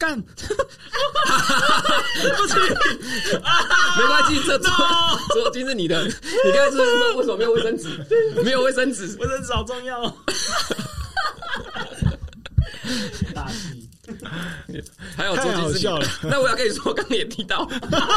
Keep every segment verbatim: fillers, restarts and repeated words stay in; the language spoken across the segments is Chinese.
干，不起，没关系，这桌桌巾是你的。你刚才是说为什么没有卫生纸？没有卫生纸， 卫生纸好重要。大气， 还有桌巾是你的。那我要跟你说，刚刚也提到。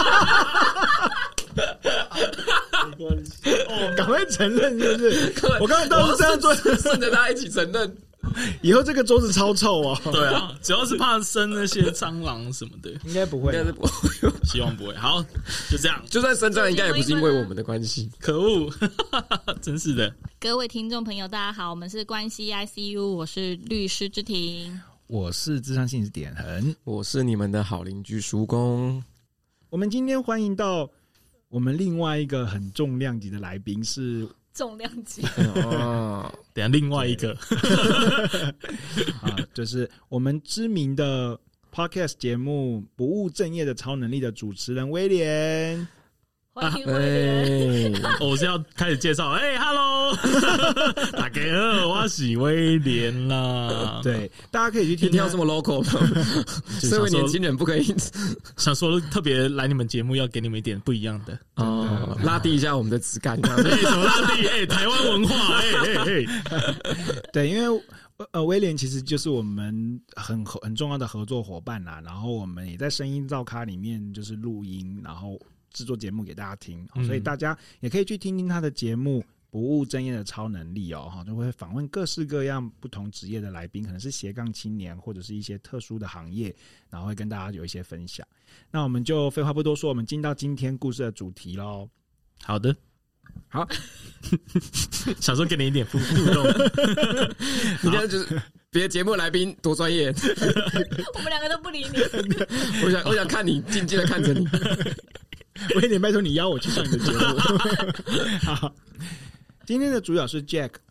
没关系哦，赶快承认是不是？我刚才都是这样做， 顺着大家一起承认。 以后这个桌子超臭哦。 对啊，主要是怕生那些蟑螂什么的， 应该不会， 应该是不会， 希望不会。好，就这样。 就算生蟑螂，应该也不是因为我们的关系。 可恶，真是的。 各位听众朋友，大家好，我们是关系 I C U， 我是律师之庭， 我是諮商心理师点恒， 我是你们的好邻居叔公。 我们今天欢迎到我们另外一个很重量级的来宾是。 重量级哦， 等一下另外一个啊，就是我们知名的 podcast 节目《不务正业的超能力》的主持人威廉。 欢迎威廉。 啊、我是要开始介绍，哎、欸、，Hello， 大家好，我是威廉啦。 对，大家可以去听听到这么 local 的，身为年轻人不可以想说特别来你们节目，要给你们一点不一样的哦，拉低一下我们的质感。 哎、欸，怎么拉低？哎、欸，台湾文化，哎哎哎， 对，因为呃，威廉其实就是我们很很重要的合作伙伴啦。然后我们也在声音造咖里面就是录音，然后制作节目给大家听，嗯、所以大家也可以去听听他的节目《不务正业的超能力》哦，就会访问各式各样不同职业的来宾，可能是斜杠青年或者是一些特殊的行业，然后会跟大家有一些分享。那我们就废话不多说，我们进到今天故事的主题咯。 好的， 好， 想说给你一点互动。 你看，就是别的节目来宾多专业， 我们两个都不理你。 我想，我想看你，静静的看着你。 威廉，拜托你邀我去上你的节目。好，今天的主角是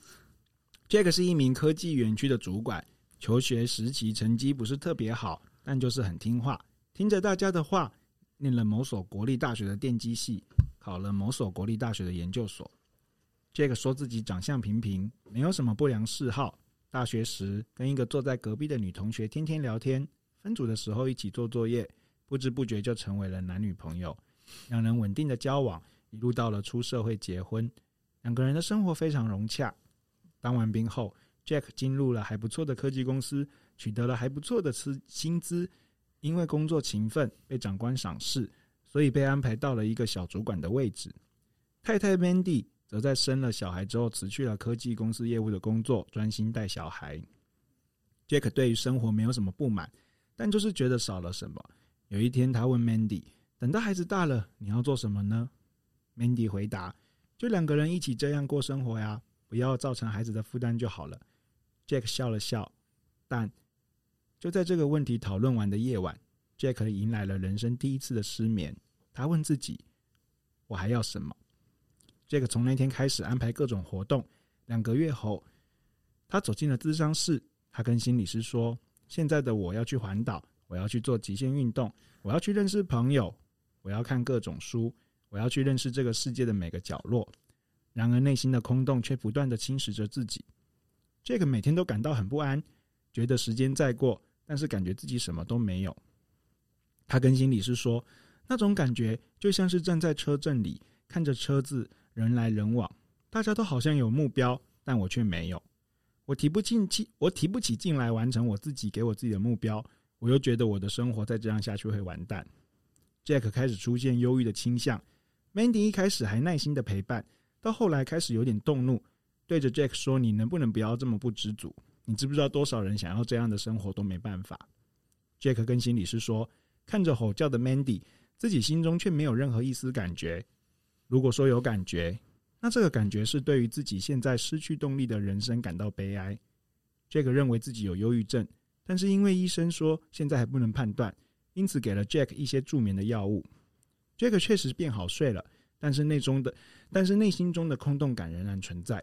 Jack。Jack 是一名科技园区的主管，求学时期成绩不是特别好，但就是很听话，听着大家的话，念了某所国立大学的电机系，考了某所国立大学的研究所。Jack 说自己长相平平，没有什么不良嗜好。大学时跟一个坐在隔壁的女同学天天聊天，分组的时候一起做作业，不知不觉就成为了男女朋友。两人稳定的交往，一路到了出社会结婚，两个人的生活非常融洽。当完兵后 ，Jack 进入了还不错的科技公司，取得了还不错的薪资。因为工作勤奋，被长官赏识，所以被安排到了一个小主管的位置。太太 Mandy 则在生了小孩之后辞去了科技公司业务的工作，专心带小孩。Jack 对于生活没有什么不满，但就是觉得少了什么。有一天他问 Mandy，等到孩子大了，你要做什么呢？ Mandy 回答，就两个人一起这样过生活呀，不要造成孩子的负担就好了。 Jack 笑了笑，但就在这个问题讨论完的夜晚， Jack 迎来了人生第一次的失眠。他问自己，我还要什么？ Jack 从那天开始安排各种活动。两个月后，他走进了諮商室，他跟心理师说，现在的我要去环岛，我要去做极限运动，我要去认识朋友，我要看各种书，我要去认识这个世界的每个角落。然而内心的空洞却不断地侵蚀着自己。Jack 每天都感到很不安，觉得时间在过，但是感觉自己什么都没有。他跟心理师说，那种感觉就像是站在车阵里，看着车子人来人往，大家都好像有目标，但我却没有。我提不进气，我提不起劲来完成我自己给我自己的目标，我又觉得我的生活再这样下去会完蛋。 Jack 开始出现忧郁的倾向。 Mandy 一开始还耐心的陪伴，到后来开始有点动怒，对着 Jack 说，你能不能不要这么不知足？你知不知道多少人想要这样的生活都没办法？ Jack 跟心理师说，看着吼叫的 Mandy， 自己心中却没有任何一丝感觉。如果说有感觉，那这个感觉是对于自己现在失去动力的人生感到悲哀。 Jack 认为自己有忧郁症，但是因为医生说现在还不能判断，因此给了 Jack 一些助眠的药物。 Jack 确实变好睡了，但是内中的但是内心中的空洞感仍然存在。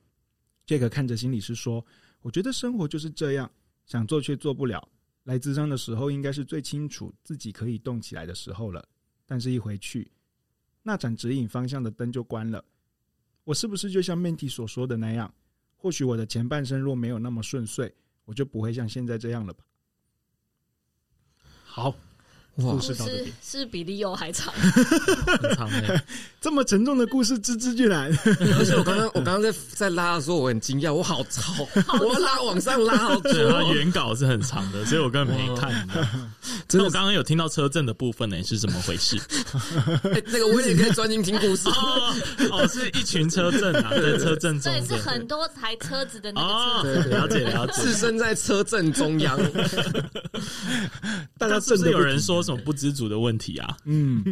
Jack 看着心理师说，我觉得生活就是这样，想做却做不了。来諮商的时候应该是最清楚自己可以动起来的时候了，但是一回去，那盏指引方向的灯就关了。我是不是就像 Mandy 所说的那样，或许我的前半生若没有那么顺遂，我就不会像现在这样了吧。 好， 哇故事到这是边， 是比利欧还长。 很长的。 这么沉重的故事，芝芝居然而且我刚刚我刚刚在在拉的时候，我很惊讶，我好吵，我要拉往上拉好久对，它哦。 原稿是很长的，所以我根本没看。你知道吗真的那我刚刚有听到车震的部分呢，是怎么回事？ 哎那个我也可以专心听故事。 哦，哦，是一群车震啊，在车震中对， 的， 是很多台车子的那个哦车子。， 了解了解。 置身在车阵中央， 大家是不是有人说， 说什么不知足的问题啊？ 嗯，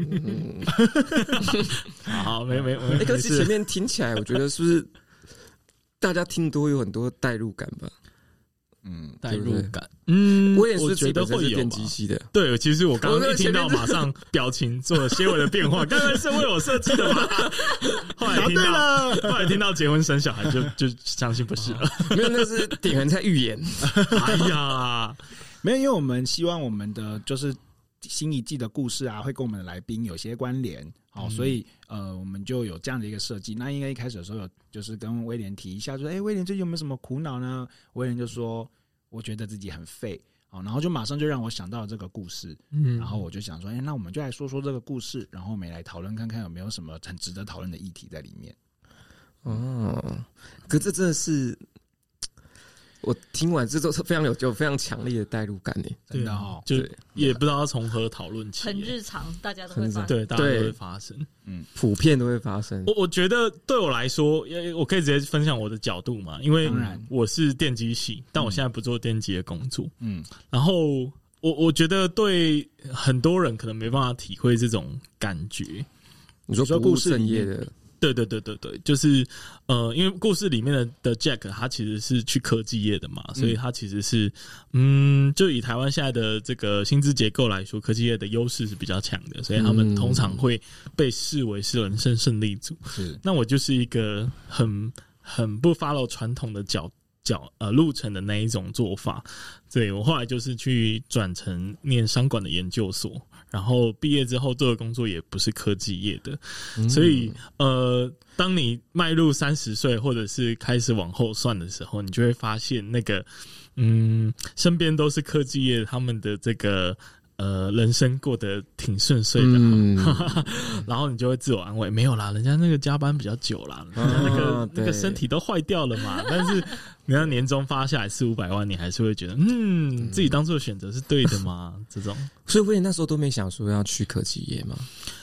好，没没没， 哎，可没事是前面听起来，我觉得是不是大家听多有很多代入感吧？ 嗯， 代入感。嗯， 我也是我觉得会有吧电机。系的， 对，其实我刚我刚一听到， 那个前面马上表情做了些微的变化。刚才是为我设计的嘛？后来听答对到， 了， 后来听到结婚生小孩就，就相信不是了。 没有，那是点人在预言。 哎呀， 没有，因为我们希望我们的就是新一季的故事啊，会跟我们的来宾有些关联，好、 嗯所以呃，我们就有这样的一个设计。那应该一开始的时候有就是跟威廉提一下，就说：“哎、威廉最近有没有什么苦恼呢？”威廉就说：“我觉得自己很废。”好，然后就马上就让我想到了这个故事， 嗯然后我就想说：“哎、那我们就来说说这个故事，然后我们也来讨论看看有没有什么很值得讨论的议题在里面。” 哦，可这真的是我听完这都是非常有有非常强烈的代入感呢。 真的哦， 就对也不知道从何讨论起。 很日常，大家都会发生。 对，大家都对会发生。 普遍都会发生。 我我觉得对我来说，也我可以直接分享我的角度嘛，因为当然我是电机系，但我现在不做电机的工作。 嗯然后我我觉得对很多人可能没办法体会这种感觉。 你说你说不务故事里面正业的， 对对对对对，就是呃，因为故事里面的的 Jack 他其实是去科技业的嘛，所以他其实是嗯，就以台湾现在的这个薪资结构来说，科技业的优势是比较强的，所以他们通常会被视为是人生胜利组。 是那我就是一个很很不 follow 传统的角角呃路程的那一种做法，对我后来就是去转成念商管的研究所，然后毕业之后做的工作也不是科技业的，所以呃，当你迈入三十岁或者是开始往后算的时候，你就会发现那个嗯，身边都是科技业，他们的这个。呃，人生过得挺顺遂的， 嗯然后你就会自我安慰，没有啦，人家那个加班比较久啦，人家那个、 哦那个身体都坏掉了嘛。但是你要年终发下来四五百万，你还是会觉得，嗯，自己当初的选择是对的吗？这种， 所以我也那时候都没想说要去科技业嘛。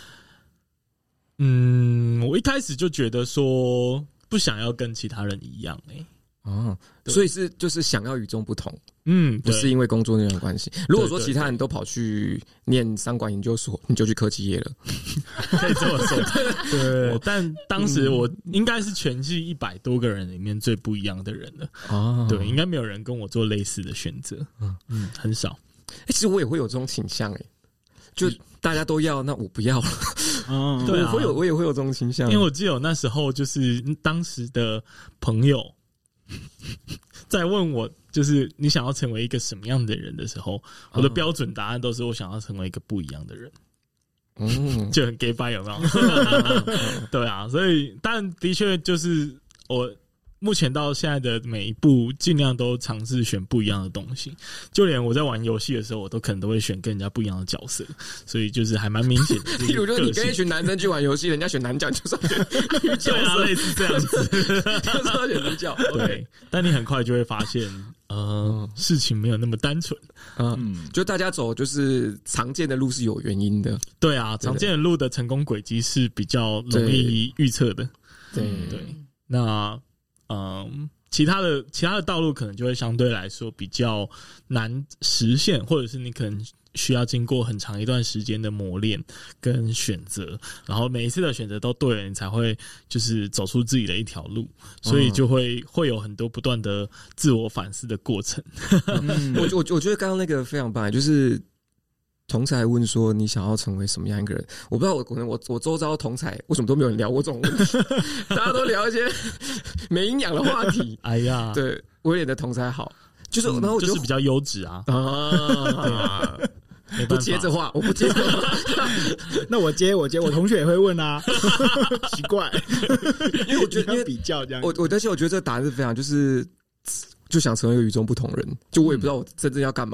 嗯，我一开始就觉得说不想要跟其他人一样、欸，哎。 哦， 对所以是就是想要与众不同， 嗯， 不是因为工作那种关系。如果说对其他人都跑去念商管研究所，你就去科技业了。 可以这么说。对，但当时我应该是全系一百多个人里面最不一样的人了。 哦， 对，应该没有人跟我做类似的选择。嗯嗯，很少。 欸，其实我也会有这种倾向，哎，就大家都要，那我不要了。 嗯， 对啊我会有，我也会有这种倾向， 因为我记得我那时候就是当时的朋友在问我，就是你想要成为一个什么样的人的时候，我的标准答案都是我想要成为一个不一样的人， 嗯， 就很 gay 掰，有没有？对啊，所以但的确就是我目前到现在的每一步，尽量都尝试选不一样的东西。就连我在玩游戏的时候，我都可能都会选跟人家不一样的角色，所所以就是还蛮明显的。 例如，就是你跟一群男生去玩游戏，人家选男角，就是要选女角对啊， 色， 类似这样子。 就是要选女角。 对，但你很快就会发现，呃，事情没有那么单纯。 嗯，就大家走就是常见的路是有原因的。 对啊，常见的路的成功轨迹是比较容易预测的。 对对，那嗯，其他的其他的道路可能就会相对来说比较难实现，或者是你可能需要经过很长一段时间的磨练跟选择，然后每一次的选择都对了，你才会就是走出自己的一条路，所以就会会有很多不断的自我反思的过程。 我我我觉得刚刚那个非常棒，就是同才问说你想要成为什么样一个人？我不知道我可能我我周遭同才为什么都没有人聊过这种问题，大家都聊一些没营养的话题。 哎呀， 对，威廉的同才好，就是、然后我就就是比较优质啊， 啊， 没办法不接着话，我不接着话， 那我接我接，我同学也会问啊，奇怪， 因为我觉得因为比较这样， 我我而且我觉得这个答案是非常就是就想成为一个与众不同人，就我也不知道我真正要干嘛。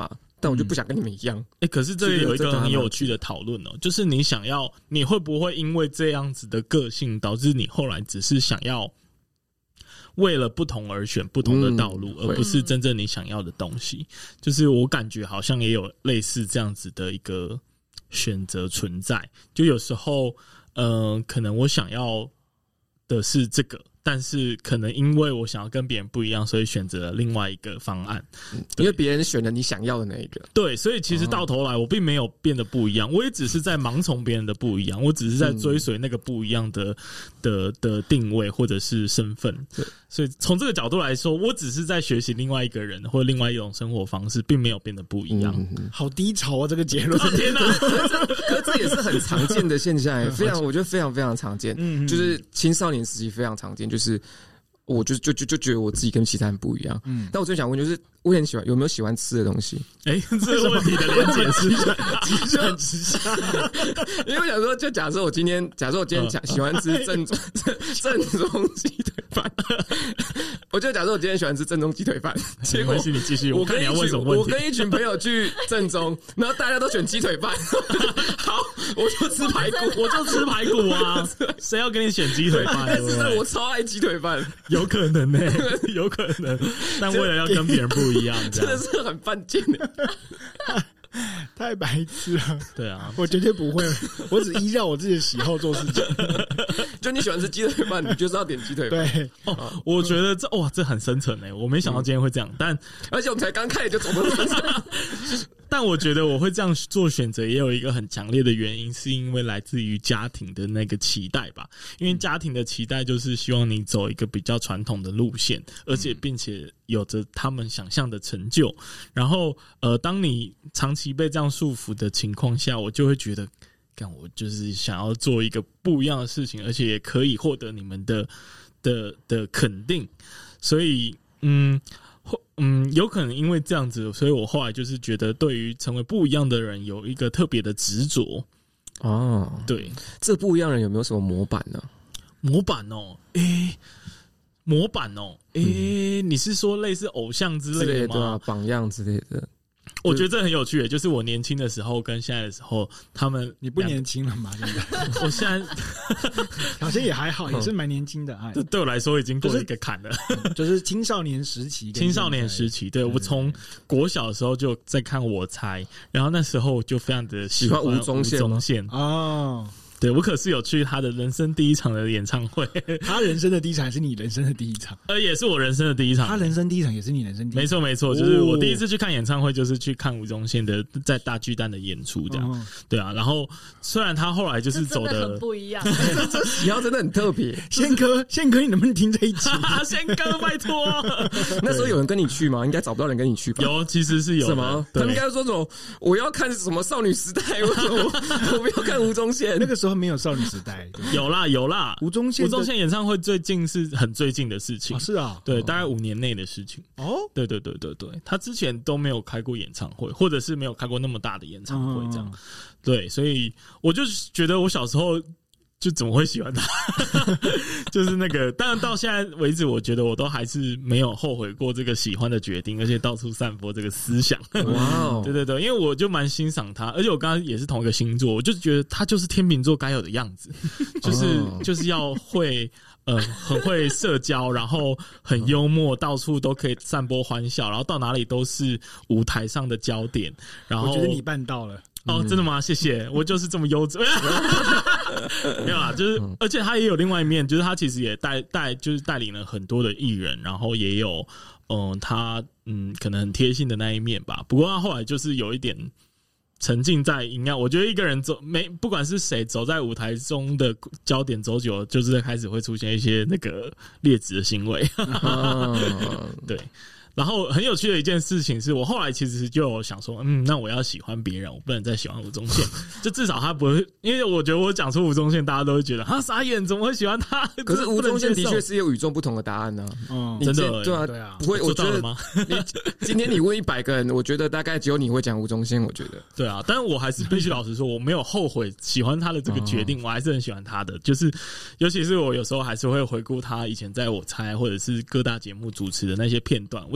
但我就不想跟你们一样。 哎、欸，可是这里有一个很有趣的讨论哦，就是你想要，你会不会因为这样子的个性，导致你后来只是想要为了不同而选不同的道路，嗯、而不是真正你想要的东西？就是我感觉好像也有类似这样子的一个选择存在。就有时候，呃，可能我想要的是这个。但是可能因为我想要跟别人不一样，所以选择了另外一个方案。 因为别人选了你想要的那一个。 对，所以其实到头来我并没有变得不一样，我也只是在盲从别人的不一样，我只是在追随那个不一样的的的定位或者是身份。对，所以从这个角度来说，我只是在学习另外一个人或者另外一种生活方式，并没有变得不一样。 嗯、好低潮啊！这个结论， 天哪！ 可是这也是很常见的现象，非常我觉得非常非常常见。嗯，就是青少年时期非常常见。就是我就就就就觉得我自己跟其他人不一样，嗯，但我最想问就是，我很喜欢有没有喜欢吃的东西？ 哎、欸，这个问题的连结是急转直下， 因为我想说，就假设我今天，假设我今天讲喜欢吃正宗正宗鸡腿饭，我就假设我今天喜欢吃正宗鸡腿饭，结果是你继续，我看你要问什么问题。 我跟一群朋友去正宗，然后大家都选鸡腿饭，好，我就吃排骨， 我就吃排骨啊，谁要跟你选鸡腿饭？ 但是我超爱鸡腿饭。 有可能呢、欸，有可能，但为了要跟别人不一样， 真的是很犯贱的， 太白痴了。 对啊， 我绝对不会，我只依照我自己的喜好做事情。 就你喜欢吃鸡腿饭，你就是要点鸡腿饭。 对， 哦，我觉得这哇，这很深层诶，我没想到今天会这样，但而且我们才刚开始就走到这。 但我觉得我会这样做选择，也有一个很强烈的原因，是因为来自于家庭的那个期待吧。因为家庭的期待就是希望你走一个比较传统的路线，而且并且有着他们想象的成就。然后，呃，当你长期被这样束缚的情况下，我就会觉得，干我就是想要做一个不一样的事情，而且也可以获得你们的的的肯定。所以，嗯。嗯，有可能因为这样子，所以我后来就是觉得，对于成为不一样的人有一个特别的执着。 哦， 对， 这不一样的人有没有什么模板呢？ 模板哦，诶、欸，模板哦，诶、欸嗯，你是说类似偶像之类的吗？ 对啊，榜样之类的。 我觉得这很有趣，就是我年轻的时候跟现在的时候，他们你不年轻了吗？现在我现在好像也还好，也是蛮年轻的。哎， 这对我来说已经过了一个坎了， 就是、就是青少年时期。 青少年时期，对，我从国小的时候就在看我猜，然后那时候就非常的喜欢吴宗宪。 吴宗宪哦。对，我可是有去他的人生第一场的演唱会。 他人生的第一场还是你人生的第一场？ 呃，也是我人生的第一场。 他人生第一场也是你人生第一场。 没错没错，就是我第一次去看演唱会，就是去看吴宗宪的在大巨蛋的演出，这样。哦、对啊，然后虽然他后来就是走的很不一样， 这喜好真的很特别。 宪哥，宪哥，你能不能听这一集？ 宪哥，拜托。 那时候有人跟你去吗？应该找不到人跟你去吧？ 有，其实是有。 什么？他们应该说什么？我要看什么少女时代？为什么我不要看吴宗宪？ 那个时候没有少女时代。 有啦有啦， 吴宗宪吴宗宪演唱会最近是很最近的事情， 哦、是啊， 对， 哦、 大概五年内的事情。 哦， 对对对对对，他之前都没有开过演唱会，或者是没有开过那么大的演唱会，这样。哦、对，所以我就觉得我小时候就怎么会喜欢他，就是那个。当然到现在为止，我觉得我都还是没有后悔过这个喜欢的决定，而且到处散播这个思想。 哇哦， 对对对，因为我就蛮欣赏他，而且我刚刚也是同一个星座，我就觉得他就是天秤座该有的样子，就是就是要会。呃，很会社交，然后很幽默，到处都可以散播欢笑，然后到哪里都是舞台上的焦点。然后我觉得你办到了。 哦，真的吗？谢谢，我就是这么优质。没有啦，就是，而且他也有另外一面，就是他其实也带带，就是带领了很多的艺人，然后也有，嗯、呃，他嗯，可能很贴心的那一面吧。不过他后来就是有一点。沉浸在音乐，我觉得一个人走没，不管是谁走在舞台中的焦点走久了，就是开始会出现一些那个劣质的行为。对。然后很有趣的一件事情是我后来其实就有想说，嗯，那我要喜欢别人，我不能再喜欢吴宗宪，就至少他不会，因为我觉得我讲出吴宗宪，大家都会觉得啊傻眼，怎么会喜欢他？ 可是吴宗宪的确是有与众不同的答案呢、啊，嗯， 真的对啊， 对啊， 不会，我觉得吗？ 你今天你问一百个人，我觉得大概只有你会讲吴宗宪，我觉得对啊，但是我还是必须老实说，我没有后悔喜欢他的这个决定，我还是很喜欢他的，就是尤其是我有时候还是会回顾他以前在我猜或者是各大节目主持的那些片段，我就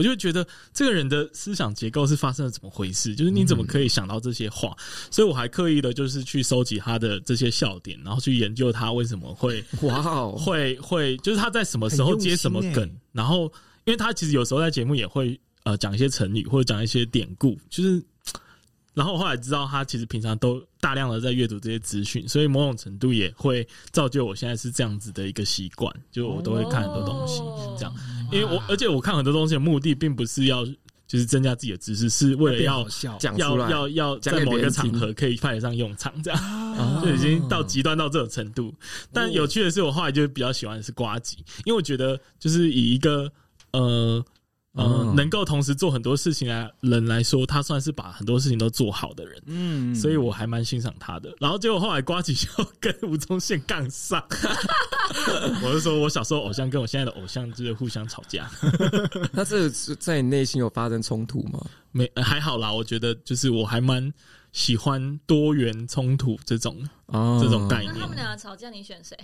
就会觉得这个人的思想结构是发生了怎么回事，就是你怎么可以想到这些话，嗯、所以我还刻意的就是去收集他的这些笑点，然后去研究他为什么会哇哦， 会会就是他在什么时候接什么梗，然后因为他其实有时候在节目也会呃讲一些成语或者讲一些典故，就是。然后我后来知道他其实平常都大量的在阅读这些资讯，所以某种程度也会造就我现在是这样子的一个习惯，就我都会看很多东西，这样。因为我而且我看很多东西的目的并不是要就是增加自己的知识，是为了要讲要要要在某一个场合可以派得上用场，这样就已经到极端到这种程度。但有趣的是，我后来就比较喜欢的是呱吉，因为我觉得就是以一个呃。呃，能够同时做很多事情的人来说，他算是把很多事情都做好的人，嗯，所以我还蛮欣赏他的。然后结果后来呱吉就跟吴宗宪杠上，我就说我小时候偶像跟我现在的偶像就是互相吵架。 那这在你内心有发生冲突吗？ 没，还好啦。我觉得就是我还蛮喜欢多元冲突这种、哦、这种概念。 那他们两个吵架，你选谁？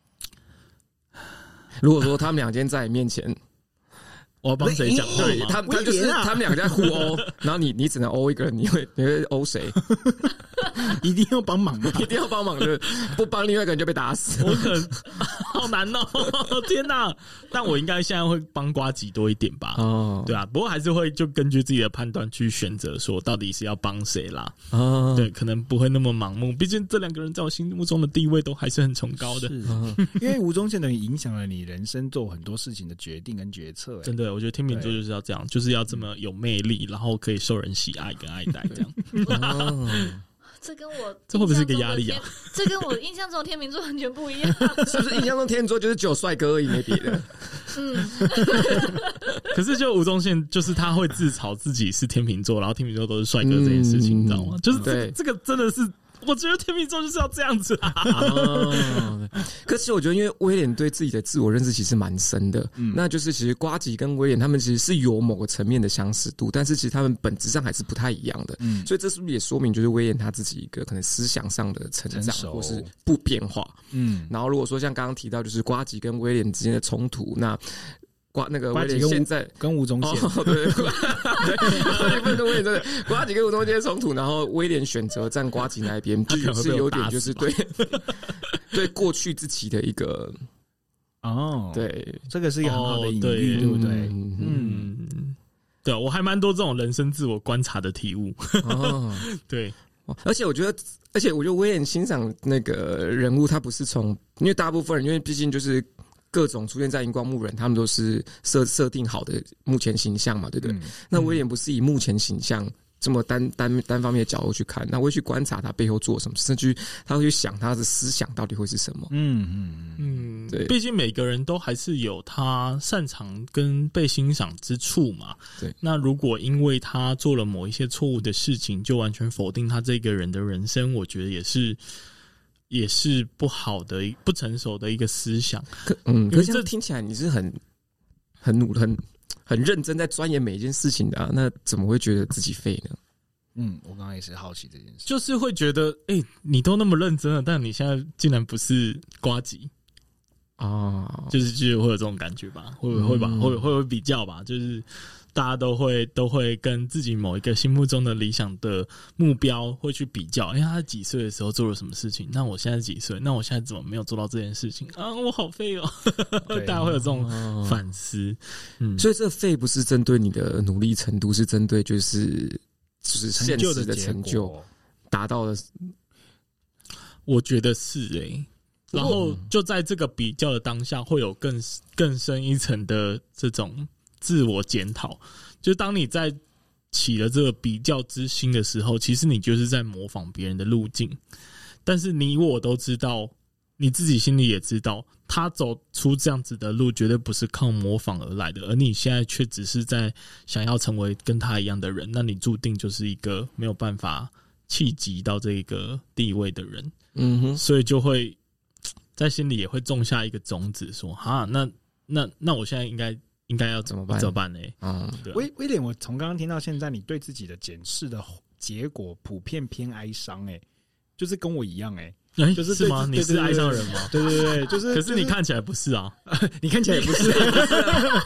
如果说他们两天在你面前。 我要帮谁讲话吗？ 他他就是他们两个在互殴，然后你你只能殴一个人，你会你会殴谁？ 一定要帮忙吗？ 一定要帮忙的，不帮另外一个人就被打死。 我可能好难哦，天哪！但我应该现在会帮呱吉多一点吧？哦，对啊，不过还是会就根据自己的判断去选择，说到底是要帮谁啦。哦，对，可能不会那么盲目，毕竟这两个人在我心目中的地位都还是很崇高的。 是，因为吴宗宪等于影响了你人生做很多事情的决定跟决策。 真的。我觉得天秤座就是要这样，就是要这么有魅力，然后可以受人喜爱跟爱戴，这样。 哦、这跟我这会不会是一个压力啊？ 这跟我印象中的天秤座完全不一样。 是不是印象中天秤座就是只有帅哥而已，没别的？ 嗯。 可是就吴宗宪，就是他会自嘲自己是天秤座，然后天秤座都是帅哥这件事情，你知道吗？就是这个这个真的是。我觉得天秤座就是要这样子啊！ 哦、可是我觉得，因为威廉对自己的自我认识其实蛮深的，嗯、那就是其实呱吉跟威廉他们其实是有某个层面的相似度，但是其实他们本质上还是不太一样的。嗯，所以这是不是也说明，就是威廉他自己一个可能思想上的成长或是不变化？嗯，然后如果说像刚刚提到，就是呱吉跟威廉之间的冲突，那。呱那个威廉现在跟吴宗宪、 哦、对对，不能威廉真的呱吉跟吴宗宪冲突，然后威廉选择站呱吉那一边，就是有点就是对对过去自己的一个哦， 对， 这个是一个很好的隐喻，哦、对, 对不对？ 嗯，嗯对，我还蛮多这种人生自我观察的体悟。哦，对， 而且我觉得，而且我觉得威廉欣赏那个人物，他不是从，因为大部分人，因为毕竟就是。各种出现在荧光幕人，他们都是设设定好的目前形象嘛，对不对？嗯、那威廉不是以目前形象这么单单单方面的角度去看，那会去观察他背后做什么，甚至他会去想他的思想到底会是什么。嗯嗯嗯，对，毕竟每个人都还是有他擅长跟被欣赏之处嘛。 对， 那如果因为他做了某一些错误的事情，就完全否定他这个人的人生，我觉得也是。也是不好的、不成熟的一个思想。 可嗯，可是这听起来你是很、很努、很、很认真在钻研每一件事情的啊，那怎么会觉得自己废呢？ 嗯，我刚刚也是好奇这件事， 就是会觉得，哎、欸，你都那么认真了，但你现在竟然不是呱吉啊，就是就是会有这种感觉吧？会不会吧？会会会比较吧？就是。大家都会都会跟自己某一个心目中的理想的目标会去比较，因为他几岁的时候做了什么事情，那我现在几岁？那我现在怎么没有做到这件事情啊？我好废哦！大家会有这种反思，嗯， 所以这个废不是针对你的努力程度，是针对就是就是现实的成就达到了。 我觉得是诶、欸，然后就在这个比较的当下，会有更更深一层的这种。自我检讨，就当你在起了这个比较之心的时候，其实你就是在模仿别人的路径。但是你我都知道，你自己心里也知道，他走出这样子的路，绝对不是靠模仿而来的。而你现在却只是在想要成为跟他一样的人，那你注定就是一个没有办法企及到这个地位的人。嗯哼，所以就会在心里也会种下一个种子，说：哈，那那那我现在应该。应该要怎么办？怎么办呢？ 嗯，威威廉，我从刚刚听到现在，你对自己的检视的结果普遍偏哀伤，哎，就是跟我一样，哎，就是是吗？你是哀伤人吗？ 对对对，就是。 可是你看起来不是啊， 你看起来也不是。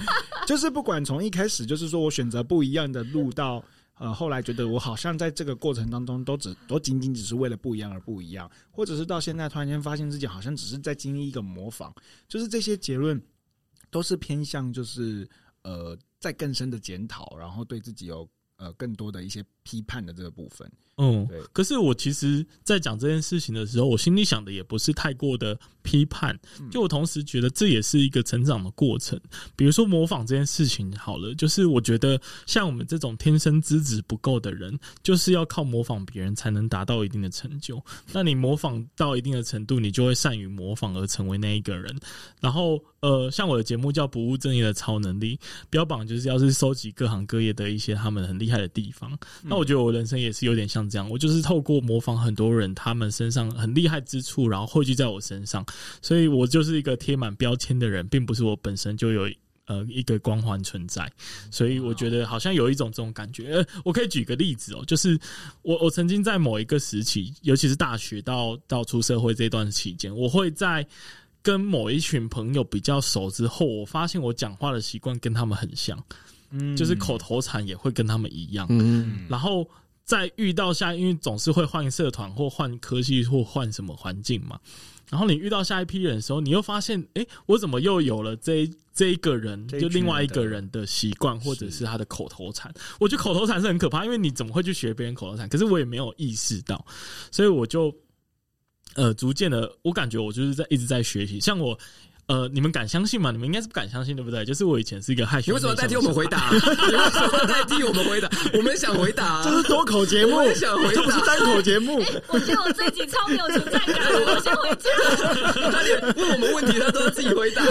就是不管从一开始就是说我选择不一样的路到呃后来觉得我好像在这个过程当中都只都仅仅只是为了不一样而不一样，或者是到现在突然间发现自己好像只是在经历一个模仿，就是这些结论都是偏向就是呃在更深的检讨，然后对自己有呃更多的一些批判的这个部分。 嗯， 对。 可是我其实，在讲这件事情的时候，我心里想的也不是太过的批判，就我同时觉得这也是一个成长的过程。比如说模仿这件事情，好了，就是我觉得像我们这种天生资质不够的人，就是要靠模仿别人才能达到一定的成就。那你模仿到一定的程度，你就会善于模仿而成为那一个人。然后，呃，像我的节目叫《不务正业的超能力》，标榜就是要是收集各行各业的一些他们很厉害的地方。那我觉得我人生也是有点像这样，我就是透过模仿很多人他们身上很厉害之处，然后汇聚在我身上，所以我就是一个贴满标签的人，并不是我本身就有呃一个光环存在，所以我觉得好像有一种这种感觉。呃，我可以举个例子哦，就是我我曾经在某一个时期，尤其是大学到到出社会这段期间，我会在跟某一群朋友比较熟之后，我发现我讲话的习惯跟他们很像，嗯，就是口头禅也会跟他们一样，嗯，然后在遇到下，因为总是会换社团或换科系或换什么环境嘛，然后你遇到下一批人的时候，你又发现，哎、欸，我怎么又有了这这一个人，就另外一个人的习惯，或者是他的口头禅。我觉得口头禅是很可怕，因为你怎么会去学别人口头禅？可是我也没有意识到，所以我就呃逐渐的，我感觉我就是在一直在学习，像我。呃，你们敢相信吗？你们应该是不敢相信，对不对？就是我以前是一个害羞。 你为什么代替我们回答？你为什么代替我们回答？我们想回答、啊， 这是多口节目， 我也想回答， 这不是单口节目。 欸、我觉得我这一集超没有存在感，我先回家。 他连问我们问题，他都要自己回答。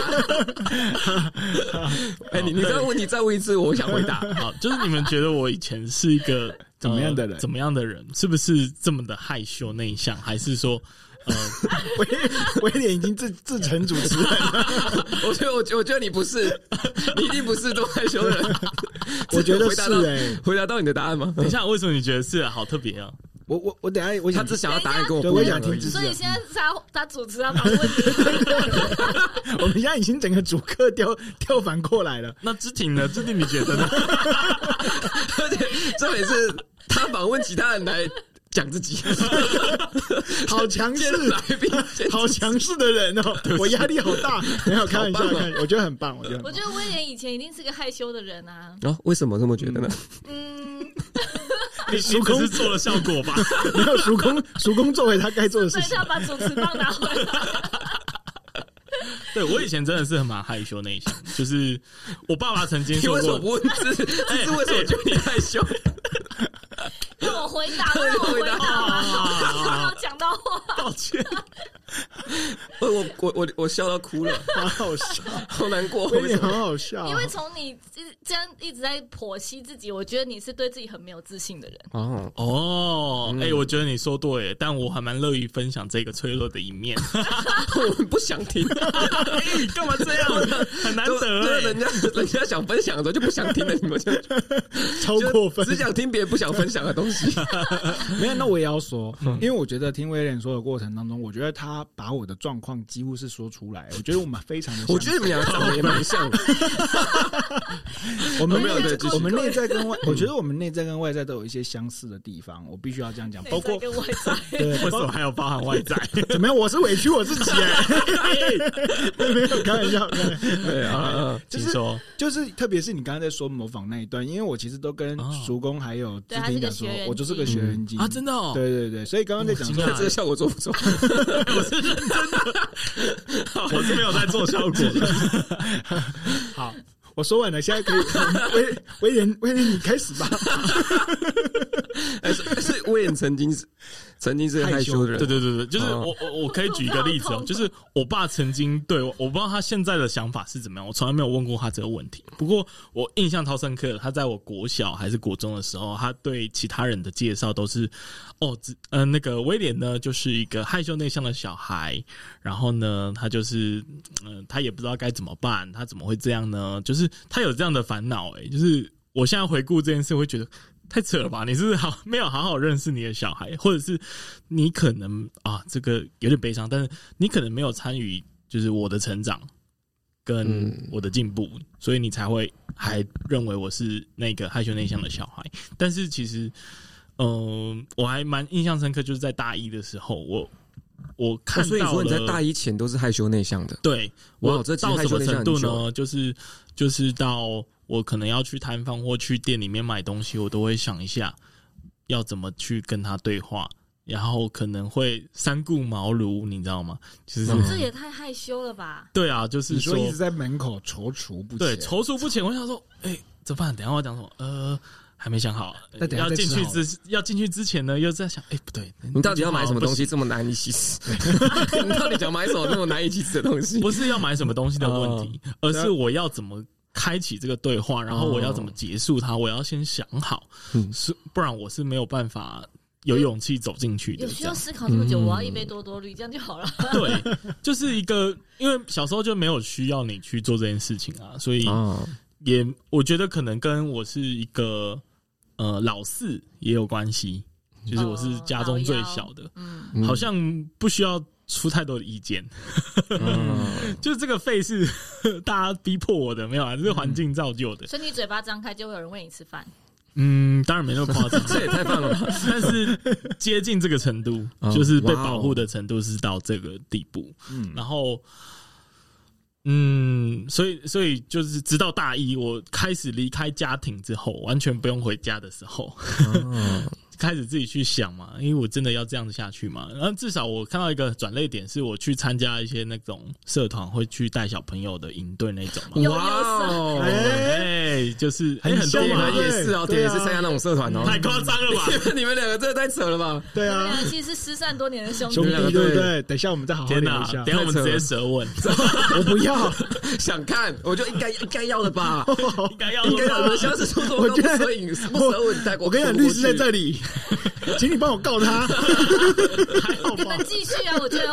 哎、欸，你你刚刚问题再问一次，我想回答。 好，就是你们觉得我以前是一个怎么样的人？ 呃、怎么样的人？是不是这么的害羞内向？还是说？呃， 威威廉已经自自成主持人了。 我觉得，我我觉得你不是，你一定不是多害羞的人。 我觉得是哎、 欸，回答到你的答案吗？ 等一下，为什么你觉得是、啊？好特别啊！ 我我我等一下，我他只想要答案跟我不一样而已。 所以现在是他他主持他把问题。 我们现在已经整个主客调调反过来了。 那芝婷呢？芝婷你觉得呢？ 而且这也是他访问其他人来。讲自己， 好强势，好强势的人哦！我压力好大，没有开玩笑，看我觉得很棒，我觉得。 我觉得威廉以前一定是个害羞的人啊。 哦，为什么这么觉得呢？ 嗯， 你你只是做了效果吧？ 没有叔公，叔公作为他该做的事情， 所以他把主持棒拿回来。 对，我以前真的是很蛮害羞内向，就是我爸爸曾经说过， 你为什么不问这是这是为什么觉得你害羞？ 让我回答，让我回答吧，没有讲到话， 抱歉。 我我我我我笑到哭了， 好好笑， 好难过， 威廉好好笑。 因为从你这样一直在剖析自己，我觉得你是对自己很没有自信的人。 哦哦，哎、嗯欸，我觉得你说对，但我还蛮乐于分享这个脆弱的一面。 我们不想听， 欸、干嘛这样？很难得、欸， 人家人家想分享的时候就不想听了，你们就超过分， 只想听别人不想分享的东西。 没有，那我也要说，因为我觉得听威廉说的过程当中，我觉得他把我的状况几乎是说出来，我觉得我们非常的， 我觉得你们两个长得也蛮像的。 我们没有的，我们内在跟外，我觉得我们内在跟外在都有一些相似的地方，我必须要这样讲，包括跟外在， 对， 为什么还有包含外在？ 怎么样？我是委屈我自己哎，没有开玩笑， 对啊， 就是就是特别是你刚刚在说模仿那一段，因为我其实都跟叔公还有志婷讲说，我就是个学人精啊，真的哦， 对对对，所以刚刚在讲说这个效果做不错， 我是认真的，我是没有在做效果的。 好，我说完了，现在可以威威廉威廉你开始吧。 是是威廉曾经是曾经是害羞的人， 对对对对，就是我我我可以举一个例子哦，就是我爸曾经对我，我不知道他现在的想法是怎么样，我从来没有问过他这个问题。不过我印象超深刻，他在我国小还是国中的时候，他对其他人的介绍都是哦，呃，那个威廉呢就是一个害羞内向的小孩，然后呢，他就是嗯、呃，他也不知道该怎么办，他怎么会这样呢？就是他有这样的烦恼，哎，就是我现在回顾这件事，会觉得。太扯了吧！你是不是好没有好好认识你的小孩，或者是你可能啊，这个有点悲伤，但是你可能没有参与，就是我的成长。 跟我的进步，嗯、所以你才会还认为我是那个害羞内向的小孩。但是其实，嗯、呃，我还蛮印象深刻，就是在大一的时候，我我看到了、哦， 所以说你在大一前都是害羞内向的。 对， 我到什么程度呢？就是就是到我可能要去摊贩或去店里面买东西，我都会想一下要怎么去跟他对话。然后可能会三顾茅庐，你知道吗？就是、 嗯、这也太害羞了吧？ 对啊，就是说一直在门口踌躇不前。 对，踌躇不前。我想说，哎、欸，怎么办？等一下我要讲什么？呃，还没想好。 那等一下要进去之要进去之前呢，又在想，哎、欸，不对， 你到底要买什么东西这么难以启齿？你到底想买什么那么难以启齿的东西？ 不是要买什么东西的问题，而是我要怎么开启这个对话，然后我要怎么结束它，我要先想好，嗯、是不然我是没有办法。有勇气走进去的， 有需要思考这么久，嗯、我要一杯多多绿，这样就好了。 对，就是一个，因为小时候就没有需要你去做这件事情啊，所以也我觉得可能跟我是一个呃老四也有关系，就是我是家中最小的，嗯，好像不需要出太多的意见，嗯、就是这个费是大家逼迫我的，没有啊，这是环境造就的。 所以你嘴巴张开，就会有人喂你吃饭。 嗯，当然没那么夸张， 这也太棒了吧！ 但是接近这个程度，哦、就是被保护的程度是到这个地步。嗯，然后，嗯，所以，所以就是直到大一，我开始离开家庭之后，完全不用回家的时候，哦、开始自己去想嘛，因为我真的要这样子下去嘛。然后至少我看到一个转捩点，是我去参加一些那种社团，会去带小朋友的营队那种嘛。 哇哦！ 哎，就是哎，很多嘛也是哦，对，也是参加那种社团哦， 太夸张了吧？ 你们两个真的太扯了吧？ 对啊， 你们俩其实是失散多年的兄弟， 兄弟对不对？等一下我们再好好聊一下。 等一下我们直接舌吻， 我不要， 想看，我就应该应该要的吧， 应该要， 应该要的。下次出什么都不摄影，不舌吻带过。 我跟你讲，律师在这里，请你帮我告他。 你们继续啊，我觉得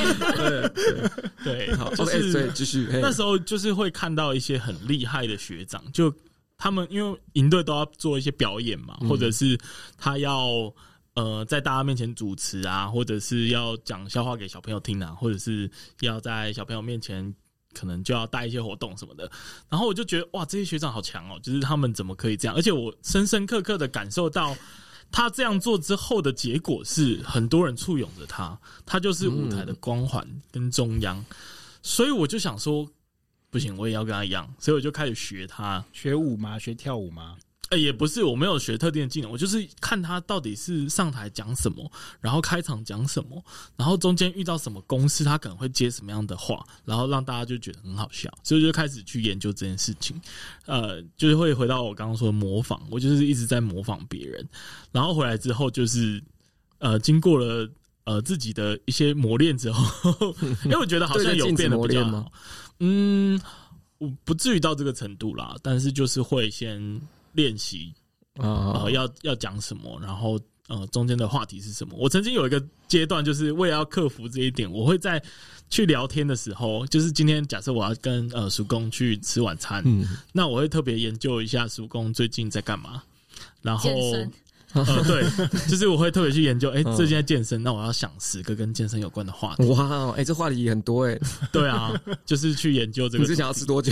OK。 对，好， 就是对，继续。 那时候就是会看到一些很厉害的学长，就他们因为营队都要做一些表演嘛，或者是他要呃在大家面前主持啊，或者是要讲笑话给小朋友听啊，或者是要在小朋友面前可能就要带一些活动什么的。然后我就觉得哇，这些学长好强哦，就是他们怎么可以这样？而且我深深刻刻的感受到。他这样做之后的结果是，很多人簇拥着他，他就是舞台的光环跟中央，嗯、所以我就想说，不行，我也要跟他一样，所以我就开始学他， 学舞吗？学跳舞吗？ 哎、欸，也不是，我没有学特定的技能，我就是看他到底是上台讲什么，然后开场讲什么，然后中间遇到什么公司，他可能会接什么样的话，然后让大家就觉得很好笑，所以就开始去研究这件事情。呃，就是会回到我刚刚说的模仿，我就是一直在模仿别人，然后回来之后就是呃，经过了呃自己的一些磨练之后，因为我觉得好像有变得比较好。嗯，我不至于到这个程度啦，但是就是会先。练习，呃，要要讲什么，然后呃，中间的话题是什么？我曾经有一个阶段，就是为了要克服这一点，我会在去聊天的时候，就是今天假设我要跟呃叔公去吃晚餐，嗯，那我会特别研究一下叔公最近在干嘛，然后。呃，对，就是我会特别去研究，哎、欸，最近在健身，那我要想十个跟健身有关的话题。 哇，哎、欸，这话题很多哎、欸。 对啊，就是去研究这个。 你是想要吃多久？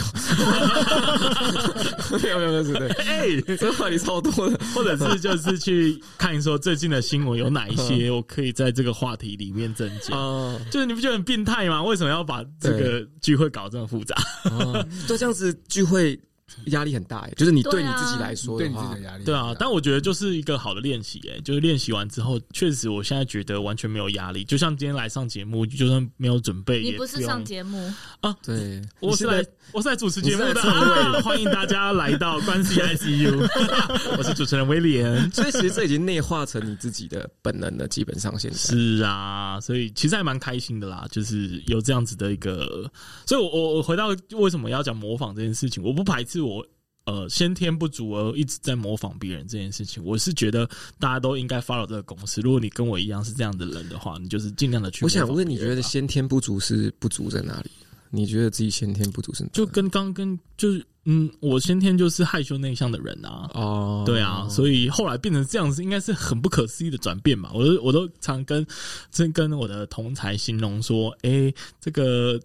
没有没有没有，对，哎、欸，这话题超多的。 或者是就是去看说最近的新闻有哪一些，我可以在这个话题里面增加。哦，就是你不觉得很变态吗？为什么要把这个聚会搞这么复杂？ 哦，对，这样子聚会。压力很大哎，就是你对你自己来说的话， 对你自己的压力对啊。但我觉得就是一个好的练习哎，就是练习完之后，确实我现在觉得完全没有压力。就像今天来上节目，就算没有准备， 你不是上节目啊？ 对， 我是来我是来主持节目的，啊、欢迎大家来到关系 I C U， 我是主持人威廉。 所以其实这已经内化成你自己的本能了，基本上现在是啊，所以其实还蛮开心的啦，就是有这样子的一个。所以我我我回到为什么要讲模仿这件事情，我不排斥。我呃先天不足而一直在模仿别人这件事情，我是觉得大家都应该 follow 这个公式。如果你跟我一样是这样的人的话，你就是尽量的去模仿别人。 我想问，你觉得先天不足是不足在哪里？你觉得自己先天不足是哪里？ 就跟刚跟就是嗯，我先天就是害羞内向的人啊。哦，对啊，所以后来变成这样子，应该是很不可思议的转变嘛。我都我都常跟真跟我的同才形容说，哎、欸，这个。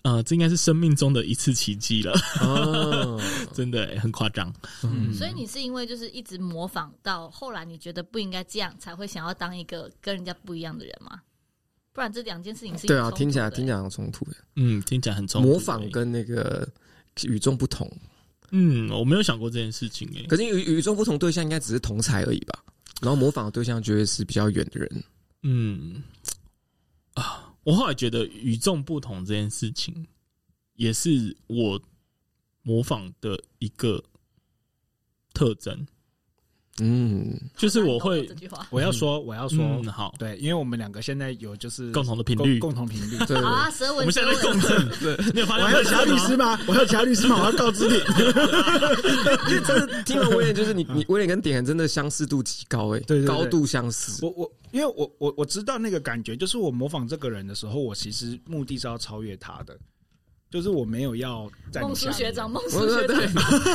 呃，这应该是生命中的一次奇迹了。 哦， 真的、欸、很夸张。 嗯，所以你是因为就是一直模仿到后来，你觉得不应该这样，才会想要当一个跟人家不一样的人吗？不然这两件事情是对啊，听起来听起来很冲突的。 嗯，听起来很冲突。 模仿跟那个与众不同。 嗯，我没有想过这件事情诶、欸。 可是与与众不同对象应该只是同才而已吧？然后模仿的对象就会是比较远的人。 嗯，啊，我后来觉得与众不同这件事情，也是我模仿的一个特征。嗯，就是我会， 我要说，我要说， 嗯，好， 对，因为我们两个现在有就是共同的频率， 共同频率， 对，啊，舌吻， 我们现在在共振，对，你有发现？ 我还有其他律师吗？我还有其他律师吗？我要告知你， 因为真的听完威廉，就是你，你威廉跟点恒真的相似度极高，哎， 对， 高度相似。 我我，因为我我我知道那个感觉，就是我模仿这个人的时候，我其实目的是要超越他的。就是我没有要在孟叔学长，孟叔学长，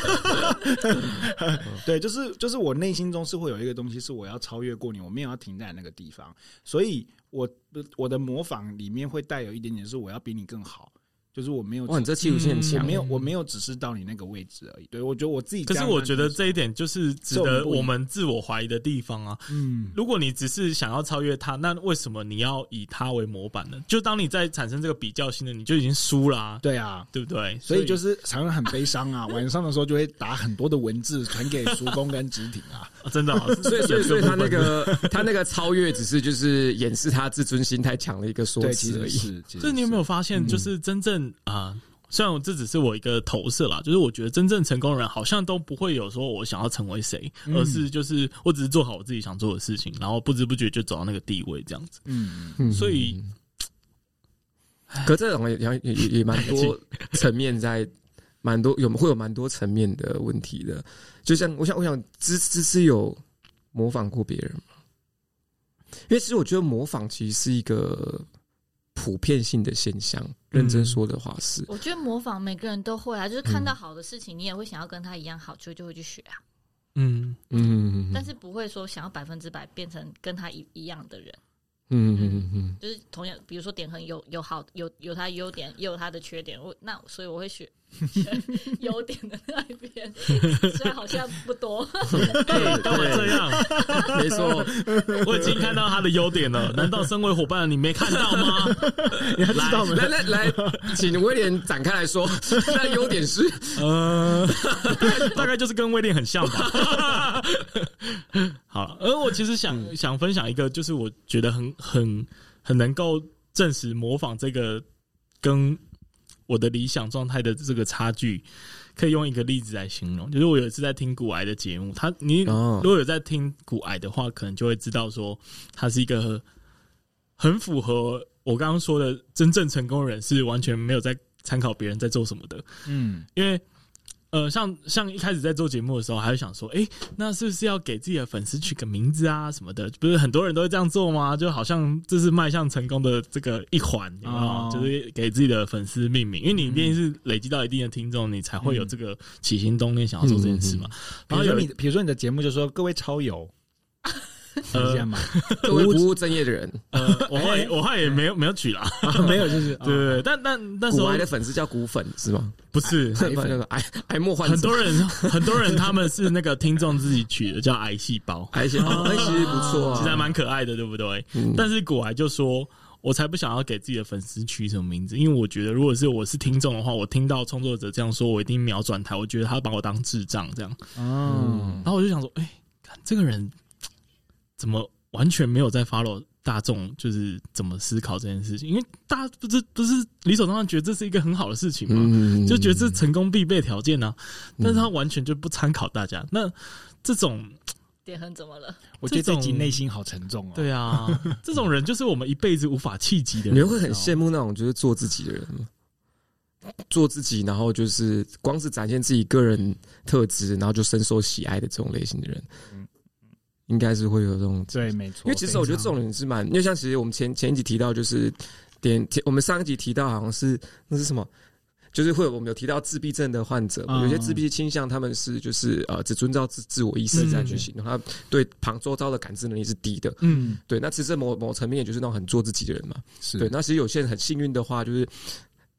对，就是就是我内心中是会有一个东西，是我要超越过你，我没有要停在那个地方，所以我我的模仿里面会带有一点点是我要比你更好。就是我没有， 哇，你这企图心很强， 我没有，我没有只是到你那个位置而已。对，我觉得我自己， 可是我觉得这一点就是值得我们自我怀疑的地方啊。嗯，如果你只是想要超越他，那为什么你要以他为模板呢？就当你在产生这个比较心的，你就已经输啦、啊。 对啊， 对不对？ 所以就是常常很悲伤啊，晚上的时候就会打很多的文字传给叔公跟直挺啊。 啊真的、啊， 所以所以所以他那个他那个超越只是就是掩饰他自尊心太强的一个说辞而已。 是， 这你有没有发现，就是真正啊？呃虽然这只是我一个投射啦，就是我觉得真正成功的人好像都不会有说我想要成为谁，嗯、而是就是我只是做好我自己想做的事情，然后不知不觉就走到那个地位这样子。嗯嗯，所以， 可这种也也也也蛮多层面在，蛮多有会有蛮多层面的问题的。就像我想我想芝芝芝有模仿过别人吗？因为其实我觉得模仿其实是一个普遍性的现象，认真说的话是， 我觉得模仿每个人都会啊，就是看到好的事情，你也会想要跟他一样好，就就会去学啊。嗯嗯，但是不会说想要百分之百变成跟他一一样的人。嗯嗯嗯，就是同样，比如说点恒有有好有有他优点，也有他的缺点，我那所以我会选优点的那一边，虽然好像不多。 哎，干嘛这样？ 没错， 我已经看到他的优点了。难道身为伙伴的你没看到吗？ 你还知道吗？来来来，请威廉展开来说。那优点是，呃， 大概就是跟威廉很像吧。好了，而我其实想、嗯、想分享一个，就是我觉得很很很能够证实模仿这个跟我的理想状态的这个差距，可以用一个例子来形容。就是我有一次在听股癌的节目，他你如果有在听股癌的话，可能就会知道说，他是一个很符合我刚刚说的真正成功人是完全没有在参考别人在做什么的。嗯，因为。呃，像像一开始在做节目的时候，还会想说，哎、欸，那是不是要给自己的粉丝取个名字啊什么的？不是很多人都会这样做吗？就好像这是迈向成功的这个一环，有没有？哦、就是给自己的粉丝命名，因为你一定是累积到一定的听众，你才会有这个起心动念想要做这件事嘛。嗯嗯、 然后有你，比如说你的节目就说各位超友。是这样吗？ 各位不务正业的人， 呃，我后来我后来也没有没有取啦， 没有，就是对对对，但但那时候股癌的粉丝叫股粉是吗？ 不是， 癌粉癌癌末患者， 很多人很多人他们是那个听众自己取的，叫癌细胞， 癌细胞，哎，其实不错， 其实还蛮可爱的，对不对？但是股癌就说。我才不想要给自己的粉丝取什么名字，因为我觉得如果是我是听众的话，我听到创作者这样说，我一定秒转台，我觉得他把我当智障这样。嗯，然后我就想说，哎、欸，这个人怎么完全没有在 follow 大众，就是怎么思考这件事情？因为大家不是不是理所当然觉得这是一个很好的事情嘛，嗯、就觉得这是成功必备条件啊，但是他完全就不参考大家。那这种。 点恒怎么了？ 我觉得这集内心好沉重哦。 对啊，这种人就是我们一辈子无法企及的人。 你会很羡慕那种就是做自己的人吗？做自己，然后就是光是展现自己个人特质，然后就深受喜爱的这种类型的人，嗯、应该是会有这种。 对，没错。 因为其实我觉得这种人是蛮，因为像其实我们前前一集提到，就是点我们上一集提到好像是那是什么？就是会有我们有提到自闭症的患者，嗯、有些自闭倾向，他们是就是呃只遵照自自我意识这样去行动，嗯、他对旁周遭的感知能力是低的。嗯，对。那其实某某层面也就是那种很做自己的人嘛。是。对。那其实有些人很幸运的话，就是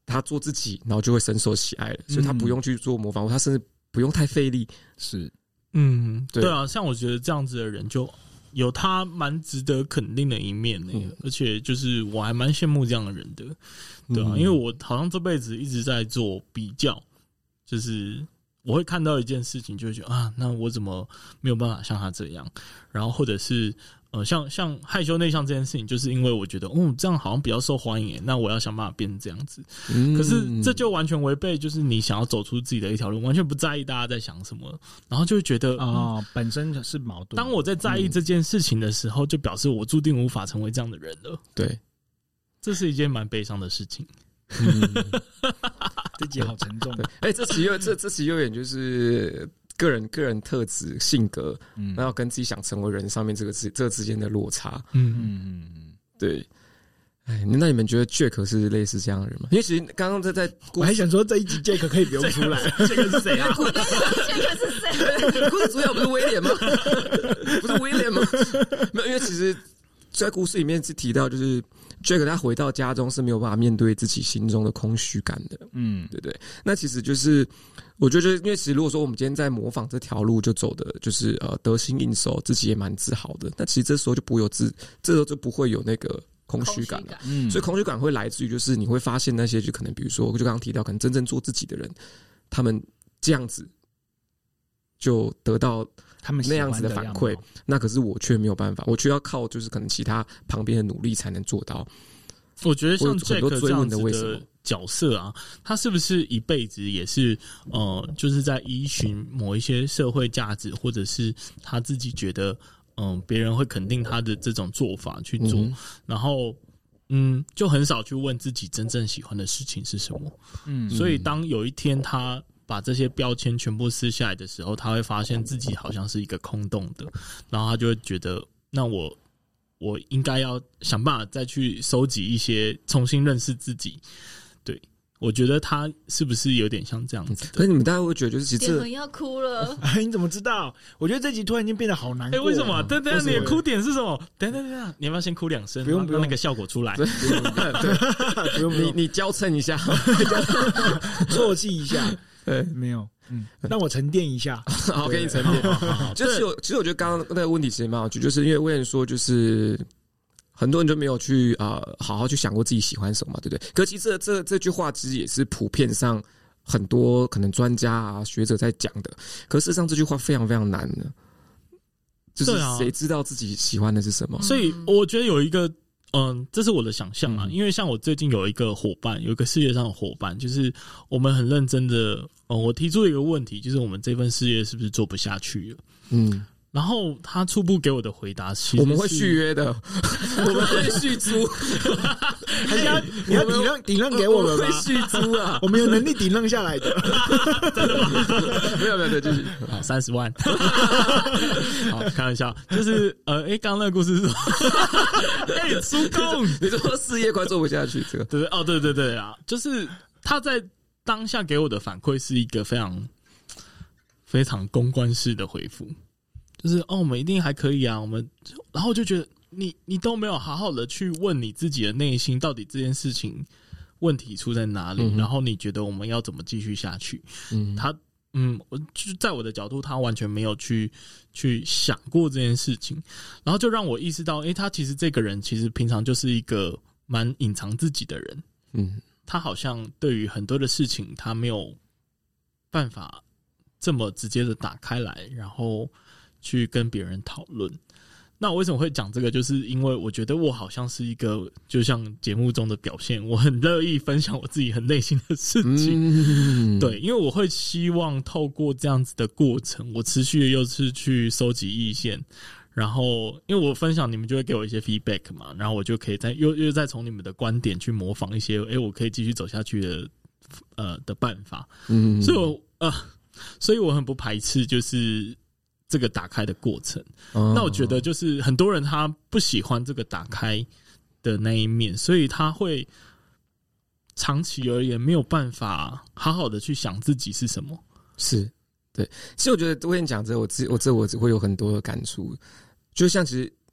他做自己，然后就会深受喜爱了，所以他不用去做模仿，他甚至不用太费力。 是， 嗯，对啊，像我觉得这样子的人就有他蛮值得肯定的一面呢、欸嗯，而且就是我还蛮羡慕这样的人的，对啊，嗯、因为我好像这辈子一直在做比较，就是我会看到一件事情，就会觉得啊，那我怎么没有办法像他这样？然后或者是呃，像像害羞内向这件事情，就是因为我觉得，哦，这样好像比较受欢迎，那我要想办法变成这样子。嗯、可是这就完全违背，就是你想要走出自己的一条路，完全不在意大家在想什么，然后就会觉得啊、哦嗯，本身是矛盾。 当我在在意这件事情的时候，就表示我注定无法成为这样的人了。 对， 这是一件蛮悲伤的事情。 嗯，这集好沉重。 哎、欸，这集又这这集有点就是个人个人特质性格，嗯，然后跟自己想成为人上面这个之这个之间的落差。 嗯嗯嗯， 对。哎，那你们觉得 Jack 是类似这样的人吗？因为其实刚刚在在， 我还想说这一集 Jack 可以不用出来。 Jack 是谁啊 ？Jack 是谁？ 故事主角不是威廉吗？不是威廉吗？没有，因为其实，在故事里面是提到，就是 Jack 他回到家中是没有办法面对自己心中的空虚感的。嗯，对不对？那其实就是我觉得，因为其实如果说我们今天在模仿这条路就走的，就是呃得心应手，自己也蛮自豪的。那其实这时候就不会有自，这时候就不会有那个空虚感了。嗯，所以空虚感会来自于就是你会发现那些就可能比如说，就刚刚提到，可能真正做自己的人，他们这样子就得到他们那样子的反馈，那可是我却没有办法，我却要靠就是可能其他旁边的努力才能做到。 我觉得像 Jack 这样子的角色啊，他是不是一辈子也是呃，就是在依循某一些社会价值，或者是他自己觉得嗯、呃，别人会肯定他的这种做法去做，嗯、然后嗯，就很少去问自己真正喜欢的事情是什么。嗯，所以当有一天他把这些标签全部撕下来的时候，他会发现自己好像是一个空洞的，然后他就会觉得，那我我应该要想办法再去收集一些，重新认识自己。对，我觉得他是不是有点像这样子的？ 可是你们大家会觉得，就是其实点要哭了。 你怎么知道？我觉得这集突然间变得好难过。 哎、欸，为什么？等等，你的哭点是什么？等等等，你要不要先哭两声？ 不用不用， 让那个效果出来。 对，不用，你你娇嗔一下， 啜泣一下。 对， 没有，嗯，让我沉淀一下。 好，给你沉淀。就是我，其实我觉得刚刚那个问题其实蛮好趣，就是因为威廉说，就是很多人就没有去啊、呃、好好去想过自己喜欢什么嘛，对不对？可其实这这这句话其实也是普遍上很多可能专家啊学者在讲的，可事实上这句话非常非常难的，就是谁知道自己喜欢的是什么？ 所以我觉得有一个。嗯，这是我的想象啊，因为像我最近有一个伙伴，有一个事业上的伙伴，就是我们很认真的，呃、嗯，我提出了一个问题，就是我们这份事业是不是做不下去了？嗯，然后他初步给我的回答是， 我们会续约的，我们会续租， 还是要你要顶让顶让给我们吗？ 会续租啊， 我们有能力顶让下来的， 真的吗？ 没有没有没有，就是好三十万，好开玩笑，就是呃，哎、欸，刚刚那个故事是什么？哎、欸，叔公， 你说事业快做不下去，这个对哦，对对对啊，就是他在当下给我的反馈是一个非常非常公关式的回复。就是哦，我们一定还可以啊，我们，然后就觉得你你都没有好好的去问你自己的内心，到底这件事情问题出在哪里，嗯、然后你觉得我们要怎么继续下去？嗯，他嗯，我就在我的角度，他完全没有去去想过这件事情，然后就让我意识到，诶，他其实这个人其实平常就是一个蛮隐藏自己的人，嗯，他好像对于很多的事情，他没有办法这么直接的打开来，然后去跟别人讨论。那我为什么会讲这个？就是因为我觉得我好像是一个，就像节目中的表现，我很乐意分享我自己很内心的事情。嗯、对，因为我会希望透过这样子的过程，我持续的又是去收集意见，然后因为我分享，你们就会给我一些 feedback 嘛，然后我就可以再又又再从你们的观点去模仿一些，哎、欸，我可以继续走下去的呃的办法。嗯，所以我呃，所以我很不排斥，就是这个打开的过程。哦、那我觉得就是很多人他不喜欢这个打开的那一面，所以他会长期而言没有办法好好的去想自己是什么。 是，对。其实我觉得我跟你讲这，我自我这我只会有很多的感触。就像其实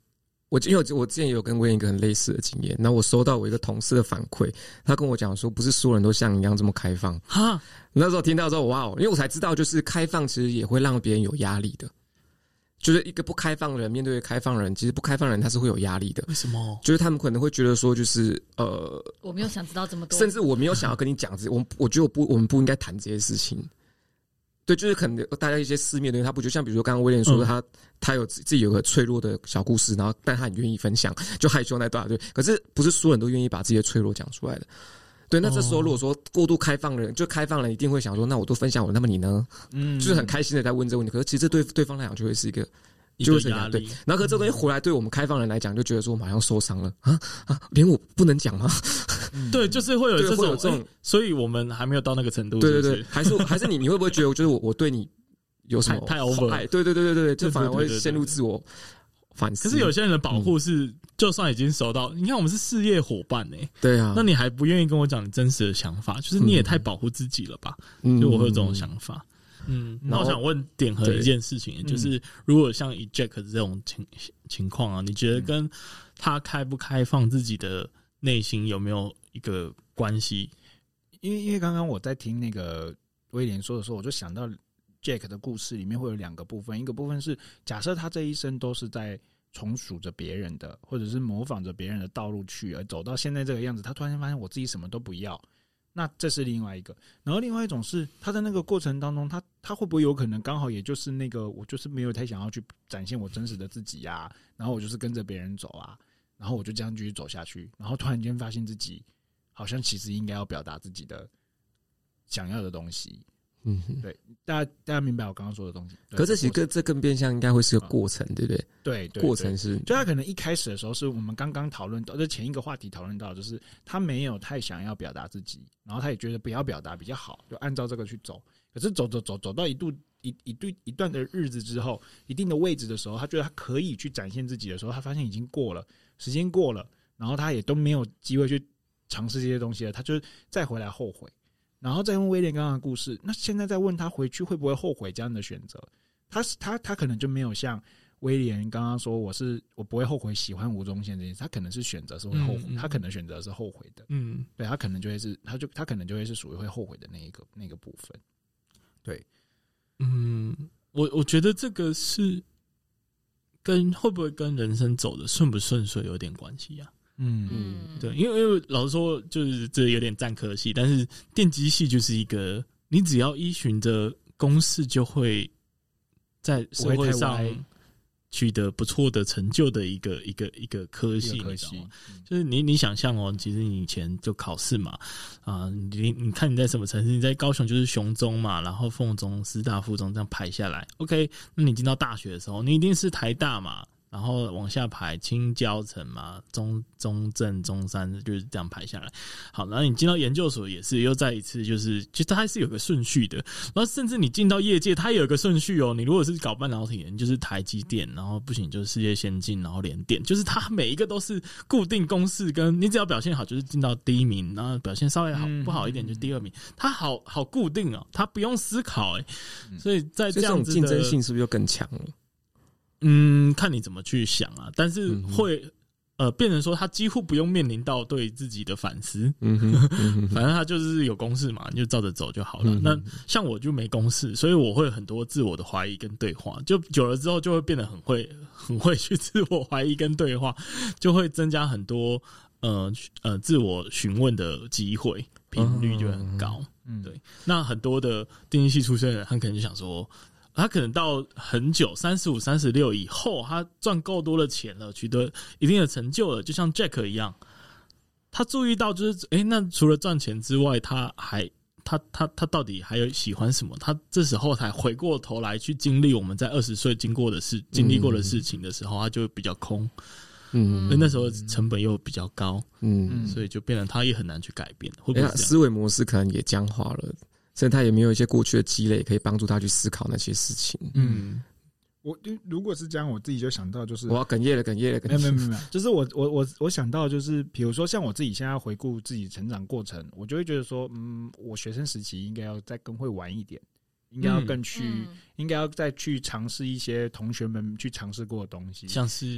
我因为我之前也有跟威廉一个很类似的经验，那我收到我一个同事的反馈，他跟我讲说，不是所有人都像你一样这么开放。哈，那时候听到之后，哇哦，因为我才知道，就是开放其实也会让别人有压力的。就是一个不开放的人面对开放的人，其实不开放的人他是会有压力的。 为什么？ 就是他们可能会觉得说，就是呃， 我没有想知道这么多， 甚至我没有想要跟你讲这，我我觉得我不，我们不应该谈这些事情。对，就是可能大家一些私密的东西，他不就像比如说刚刚威廉说的，他、嗯、他有自己有个脆弱的小故事，然后但他很愿意分享，就害羞那段对。可是不是所有人都愿意把自己的脆弱讲出来的。对，那这时候如果说过度开放的人，就开放人一定会想说，那我都分享我，那么你呢？嗯，就是很开心的在问这个问题。可是其实这对对方来讲就会是一个。就会压力，然后可是这东西回来对我们开放人来讲，就觉得说我们好像受伤了啊啊，连我不能讲吗？ 嗯、对，就是会有这种，这种欸、所以我们还没有到那个程度是不是。 对对对，还是还是你你会不会觉得，就是我我对你有什么太 over？ 对对对对对，就反而会陷入自我反思。 可是有些人的保护是，嗯、就算已经收到，你看我们是事业伙伴哎、欸， 对啊， 那你还不愿意跟我讲你真实的想法，就是你也太保护自己了吧？嗯、就我会有这种想法。嗯，那我想问点和一件事情，就是如果像以 Jack 这种情情况啊，你觉得跟他开不开放自己的内心有没有一个关系？ 因为因为刚刚我在听那个威廉说的时候，我就想到 Jack 的故事里面会有两个部分，一个部分是假设他这一生都是在从属着别人的，或者是模仿着别人的道路去，而走到现在这个样子，他突然发现我自己什么都不要。那这是另外一个，然后另外一种是他在那个过程当中，他他会不会有可能刚好也就是那个我就是没有太想要去展现我真实的自己呀、啊，然后我就是跟着别人走啊，然后我就这样继续走下去，然后突然间发现自己好像其实应该要表达自己的想要的东西。嗯，对，大家大家明白我刚刚说的东西。 可是这其实更这更变相应该会是个过程，嗯、对不对？ 对，对过程是， 就他可能一开始的时候是我们刚刚讨论到，就前一个话题讨论到，就是他没有太想要表达自己，然后他也觉得不要表达比较好，就按照这个去走。可是走走走走到一度一一对一段的日子之后，一定的位置的时候，他觉得他可以去展现自己的时候，他发现已经过了时间过了，然后他也都没有机会去尝试这些东西了，他就再回来后悔。然后再问威廉刚刚的故事，那现在再问他回去会不会后悔这样的选择？他他他可能就没有像威廉刚刚说，我是我不会后悔喜欢吴宗宪这件事，他可能是选择是会后悔，嗯嗯、他可能选择是后悔的，嗯，对他可能就会是，他就他可能就会是属于会后悔的那一个那个部分。对， 嗯，我我觉得这个是跟会不会跟人生走的顺不顺遂有点关系啊。嗯嗯，对，因为因为老实说，就是这有点占科系，但是电机系就是一个，你只要依循着公式，就会在社会上取得不错的成就的一个一个一个科系，科系就是你你想象哦，其实你以前就考试嘛，啊、呃，你你看你在什么城市？你在高雄就是雄中嘛，然后凤中、师大附中这样排下来 ，OK， 那你进到大学的时候，你一定是台大嘛。然后往下排，清交成嘛，中中正、中山就是这样排下来。好，然后你进到研究所也是又再一次，就是其实它还是有个顺序的。然后甚至你进到业界，它也有个顺序哦。你如果是搞半导体，你就是台积电，然后不行就是世界先进，然后联电，就是它每一个都是固定公式，跟你只要表现好就是进到第一名，然后表现稍微好不好一点就第二名。它好好固定哦，它不用思考哎、欸。所以在这样子的竞争性是不是就更强了？ 嗯，看你怎么去想啊，但是会、嗯、呃，变成说他几乎不用面临到对自己的反思，嗯哼嗯哼反正他就是有公式嘛，你就照着走就好了。嗯、那像我就没公式，所以我会很多自我的怀疑跟对话，就久了之后就会变得很会很会去自我怀疑跟对话，就会增加很多呃呃自我询问的机会，频率就会很高。嗯，对。那很多的电机系出身的人，他可能就想说。他可能到很久三十五、三十六以后，他赚够多的钱了，取得一定的成就了，就像 Jack 一样，他注意到就是，哎、欸，那除了赚钱之外，他还他他他到底还有喜欢什么？他这时候才回过头来去经历我们在二十岁经过的事、经历过的事情的时候，他就比较空，嗯，因为那时候成本又比较高，嗯，所以就变成他也很难去改变，会不会这样？ 思维模式可能也僵化了。甚至他也没有一些过去的积累，可以帮助他去思考那些事情。嗯， 我如果是这样，我自己就想到就是我要哽咽了，哽咽了，哽咽了。 没有没有没有，就是我我我我想到就是，比如说像我自己现在回顾自己成长过程，我就会觉得说，嗯，我学生时期应该要再更会玩一点，应该要更去，嗯、应该要再去尝试一些同学们去尝试过的东西， 像是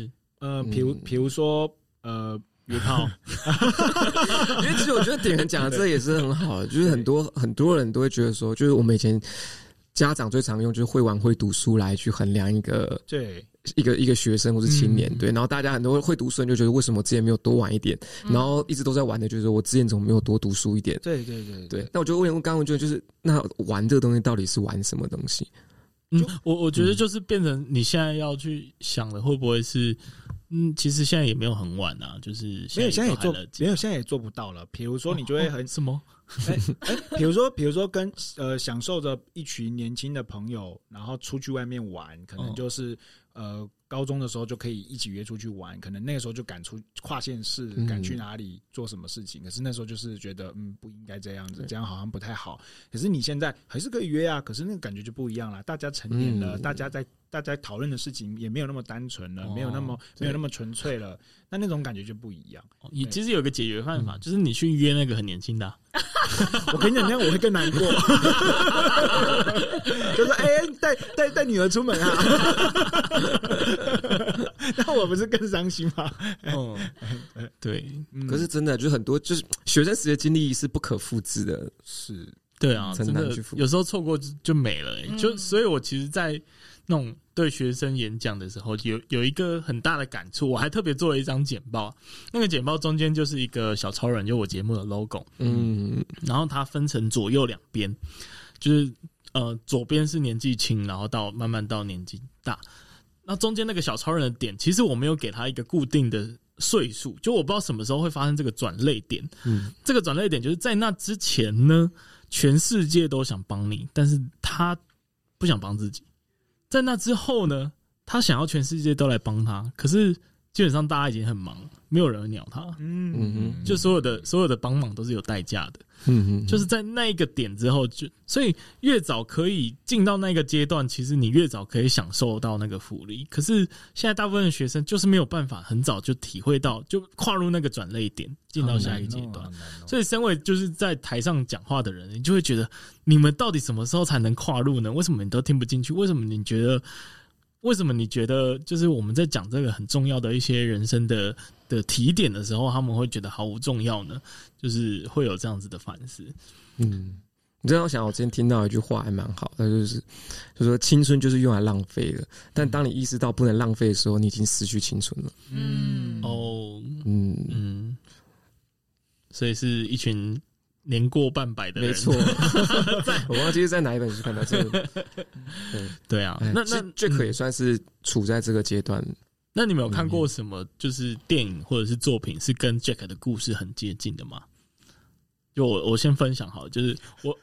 呃，比如比如说呃。 约炮， 因为其实我觉得点人讲的这也是很好的，就是很多很多人都会觉得说，就是我们以前家长最常用就是会玩会读书来去衡量一个对一个一个学生或是青年，嗯、对，然后大家很多会读书人就觉得为什么我之前没有多玩一点，嗯、然后一直都在玩的，就是我之前怎么没有多读书一点？ 对对对 对, 对。那我就问，刚刚觉得就是那玩这个东西到底是玩什么东西？ 嗯，我我觉得就是变成你现在要去想的，会不会是？嗯，其实现在也没有很晚啊，就是没有现在也做没有现在也做不到了。比如说，你就会很、 哦哦、什么？ 哎哎，比如说，比如说跟呃享受着一群年轻的朋友，然后出去外面玩，可能就是、哦、呃高中的时候就可以一起约出去玩，可能那个时候就赶出跨县市，赶去哪里做什么事情。嗯、可是那时候就是觉得嗯不应该这样子，这样好像不太好。可是你现在还是可以约啊，可是那个感觉就不一样了。大家成年了，嗯、大家在。大家讨论的事情也没有那么单纯了，哦、没有那么没有那么纯粹了，那那种感觉就不一样。 你其实有个解决办法，嗯、就是你去约那个很年轻的、啊。 我跟你讲，那样我会更难过。就说：“哎、欸，带带带女儿出门啊！”那我不是更伤心吗？ 哦，对。 嗯、可是真的，就是很多就是学生时的经历是不可复制的， 是。 对啊，真的有时候错过就没了、欸。就所以，我其实，在那种对学生演讲的时候，有有一个很大的感触。我还特别做了一张简报，那个简报中间就是一个小超人，就我节目的 logo。嗯，然后它分成左右两边，就是呃，左边是年纪轻，然后到慢慢到年纪大。那中间那个小超人的点，其实我没有给他一个固定的岁数，就我不知道什么时候会发生这个转捩点。嗯，这个转捩点就是在那之前呢。全世界都想帮你，但是他不想帮自己。在那之后呢，他想要全世界都来帮他，可是基本上大家已经很忙，没有人会鸟他。嗯嗯，就所有的所有的帮忙都是有代价的。嗯嗯，就是在那一个点之后，就所以越早可以进到那个阶段，其实你越早可以享受到那个福利。可是现在大部分的学生就是没有办法很早就体会到，就跨入那个转捩点，进到下一个阶段。所以身为就是在台上讲话的人，你就会觉得你们到底什么时候才能跨入呢？为什么你都听不进去？为什么你觉得？为什么你觉得就是我们在讲这个很重要的一些人生的的提点的时候，他们会觉得毫无重要呢？就是会有这样子的反思。 嗯，你知道，我想我之前听到一句话还蛮好的，就是就说青春就是用来浪费的，但当你意识到不能浪费的时候，你已经失去青春了。 嗯，哦，嗯嗯，所以是一群。年过半百的人， 没错，我忘记是在哪一本书看到这个。 对对啊，那那 Jack 也算是处在这个阶段。 那你们有看过什么就是电影或者是作品是跟 Jack 的故事很接近的吗？就我我先分享好了，就是我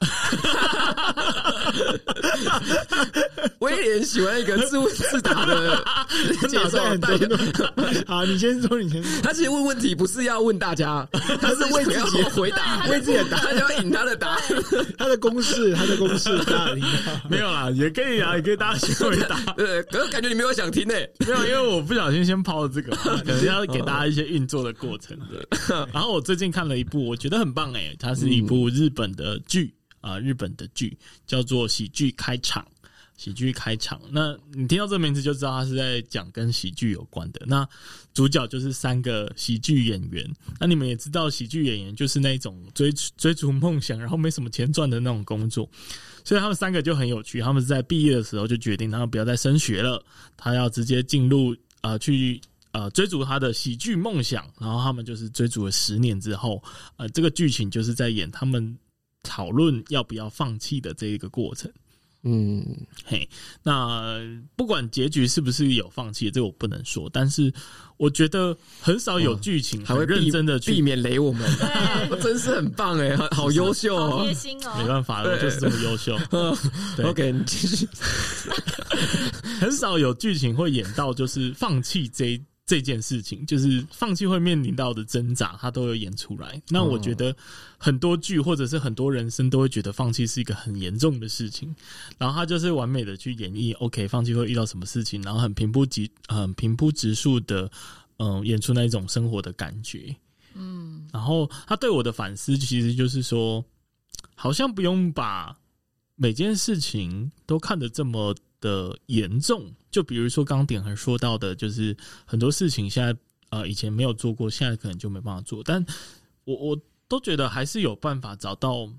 威廉喜欢一个自问自答的介绍很多。 好，你先说，你先说。 他其实问问题不是要问大家，他是为自己回答，为自己的答案，他要引他的答案， 他的公式，他的公式，大家听到没有啦？也可以啊，也可以大家先回答。 对，可是感觉你没有想听诶、欸， 没有，因为我不小心先抛了这个，可能要给大家一些运作的过程。然后我最近看了一部，我觉得很棒诶、欸。它是一部日本的剧啊、呃，日本的剧叫做《喜剧开场》。喜剧开场，那你听到这个名字就知道它是在讲跟喜剧有关的。那主角就是三个喜剧演员。那你们也知道，喜剧演员就是那种追追逐梦想，然后没什么钱赚的那种工作。所以他们三个就很有趣，他们是在毕业的时候就决定，他们不要再升学了，他要直接进入呃去。呃，追逐他的喜剧梦想，然后他们就是追逐了十年之后，呃，这个剧情就是在演他们讨论要不要放弃的这一个过程。嗯，嘿，那不管结局是不是有放弃，这个我不能说，但是我觉得很少有剧情还会认真的去避免雷我们，真是很棒哎，好优秀哦， 好贴心哦， 没办法了，我就是这么优秀。 OK， 你继续。 很少有剧情会演到就是放弃这。这件事情就是放弃会面临到的挣扎，他都有演出来。那我觉得很多剧或者是很多人生都会觉得放弃是一个很严重的事情，然后他就是完美的去演绎 OK 放弃会遇到什么事情，然后很平铺直很平铺直述的嗯演出那一种生活的感觉。嗯，然后他对我的反思其实就是说，好像不用把每件事情都看得这么的严重。就比如说刚刚点恒说到的，就是很多事情现在呃以前没有做过，现在可能就没办法做，但我我都觉得还是有办法找到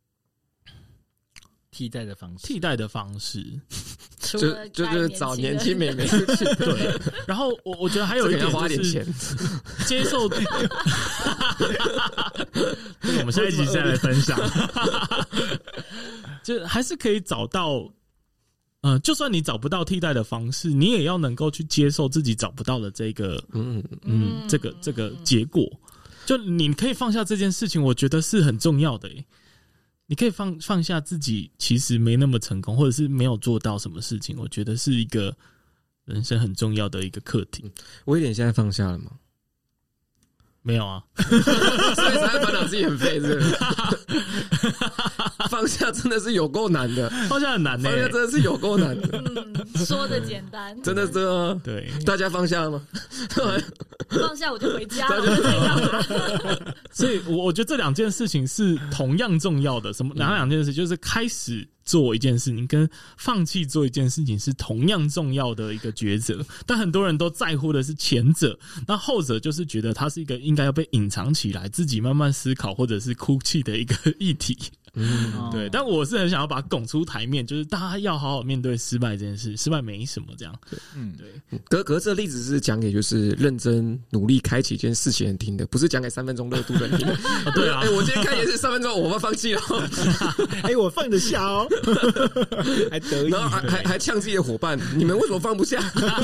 替代的方式， 替代的方式， 就就是找年轻妹妹去对。然后我我觉得还有一点就是接受，这个我们下一集再来分享。就还是可以找到，呃，就算你找不到替代的方式，你也要能够去接受自己找不到的这个，嗯嗯，这个这个结果。就你可以放下这件事情，我觉得是很重要的耶。你可以放放下自己其实没那么成功，或者是没有做到什么事情，我觉得是一个人生很重要的一个课题。 威廉现在放下了吗？ 没有啊， 所以才会烦恼自己很废，是不是？放下真的是有够难的， 放下很难呢、欸， 放下真的是有够难的。 嗯，说的简单， 真的真的。 对， 大家放下了吗？ 放下我就回家了，我就在干嘛？ 所以，我我觉得这两件事情是同样重要的。什么？哪两件事？就是开始做一件事情跟放弃做一件事情是同样重要的一个抉择。但很多人都在乎的是前者，那后者就是觉得它是一个应该要被隐藏起来，自己慢慢思考或者是哭泣的一个议题。嗯，对，但我是很想要把它拱出台面，就是大家要好好面对失败这件事，失败没什么这样。对，嗯，对。 格格这个例子是讲给就是认真努力开启一件事情人听的，不是讲给三分钟热度的人听的。 哦、对啊， 哎、欸，我今天看也是三分钟，我要放弃了。 哎、欸，我放得下哦，还得意， 然后还还还呛自己的伙伴，你们为什么放不下？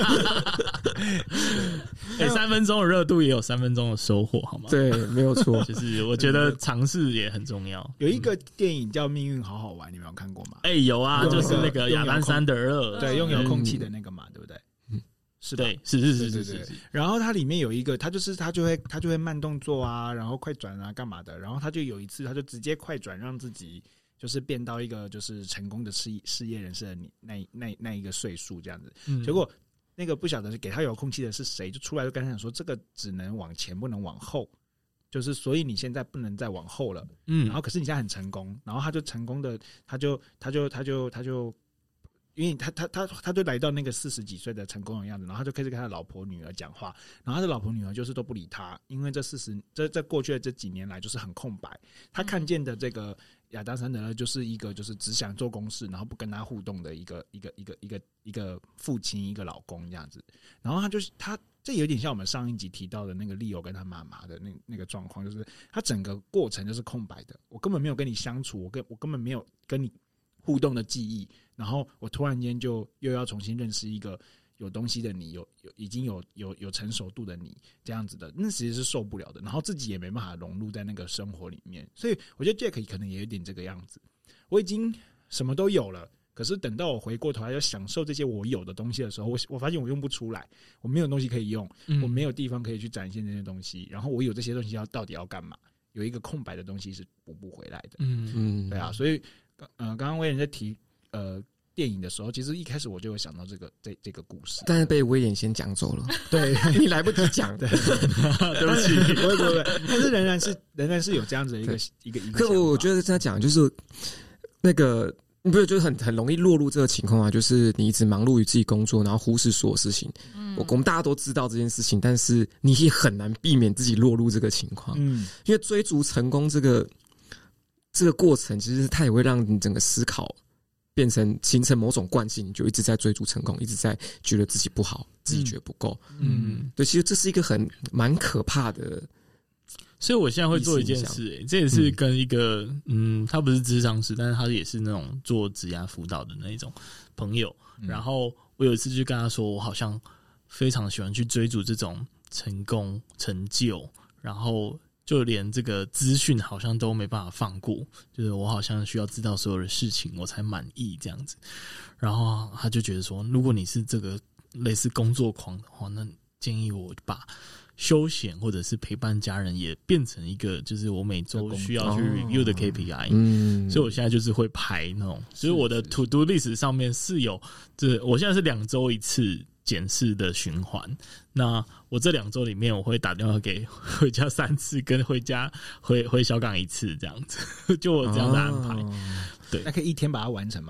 哎、欸，三分钟的热度也有三分钟的收获，好吗？ 对，没有错。 就是我觉得尝试也很重要。 有一个电影叫《命运好好玩》，你们有看过吗？ 哎、欸，有啊，就是那个亚当·山德勒， 对，用遥控器的那个嘛，对不对？ 嗯，是的，是是是是是。 然后它里面有一个，他就是他就会他就会慢动作啊，然后快转啊，干嘛的？然后他就有一次，他就直接快转，让自己就是变到一个就是成功的事事业人士的那那那一个岁数这样子。嗯、结果那个不晓得是给他遥控器的是谁，就出来就跟他讲说，这个只能往前，不能往后。就是所以你现在不能再往后了，嗯，然后可是你现在很成功，然后他就成功的，他就他就他就他就，因为他他他他就来到那个四十几岁的成功的样子，然后他就开始跟他的老婆女儿讲话，然后他的老婆女儿就是都不理他，因为这四十这在过去的这几年来就是很空白，他看见的这个亚当·山德勒就是一个就是只想做公事，然后不跟他互动的一个一个一个一个一个父亲一个老公这样子，然后他就是他。这有点像我们上一集提到的那个利欧跟他妈妈的那那个状况，就是他整个过程就是空白的，我根本没有跟你相处，我跟我根本没有跟你互动的记忆，然后我突然间就又要重新认识一个有东西的你，有有已经有有有成熟度的你，这样子的，那其实是受不了的，然后自己也没办法融入在那个生活里面，所以我觉得 Jack 可能也有点这个样子，我已经什么都有了。可是等到我回过头来要享受这些我有的东西的时候，我我发现我用不出来，我没有东西可以用，嗯、我没有地方可以去展现这些东西，然后我有这些东西要到底要干嘛？有一个空白的东西是补不回来的，嗯嗯，对啊，所以呃，刚刚威廉在提呃电影的时候，其实一开始我就有想到这个这这个故事， 但是被威廉先讲走了， 对你来不及讲， 对，对不起，不会不会，但是仍然是仍然是有这样子的一个一个一个。 可我我觉得他讲就是那个。你不是就是很很容易落入这个情况啊？就是你一直忙碌于自己工作，然后忽视所有事情。嗯，我我们大家都知道这件事情，但是你也很难避免自己落入这个情况。嗯，因为追逐成功这个这个过程，其实它也会让你整个思考变成形成某种惯性，你就一直在追逐成功，一直在觉得自己不好，自己觉得不够。嗯，对，其实这是一个很蛮可怕的。 所以我现在会做一件事、欸，这也是跟一个嗯，他不是諮商师，但是他也是那种做职涯辅导的那一种朋友。嗯、然后我有一次就跟他说，我好像非常喜欢去追逐这种成功、成就，然后就连这个资讯好像都没办法放过，就是我好像需要知道所有的事情，我才满意这样子。然后他就觉得说，如果你是这个类似工作狂的话，那建议我把休闲或者是陪伴家人也变成一个，就是我每周需要去 review 的 K P I，、哦嗯、所以我现在就是会排那种，所以我的 to do list 上面是有，这我现在是两周一次检视的循环。那我这两周里面，我会打电话给回家三次，跟回家回回小港一次，这样子，就我这样的安排。哦、对， 那可以一天把它完成吗？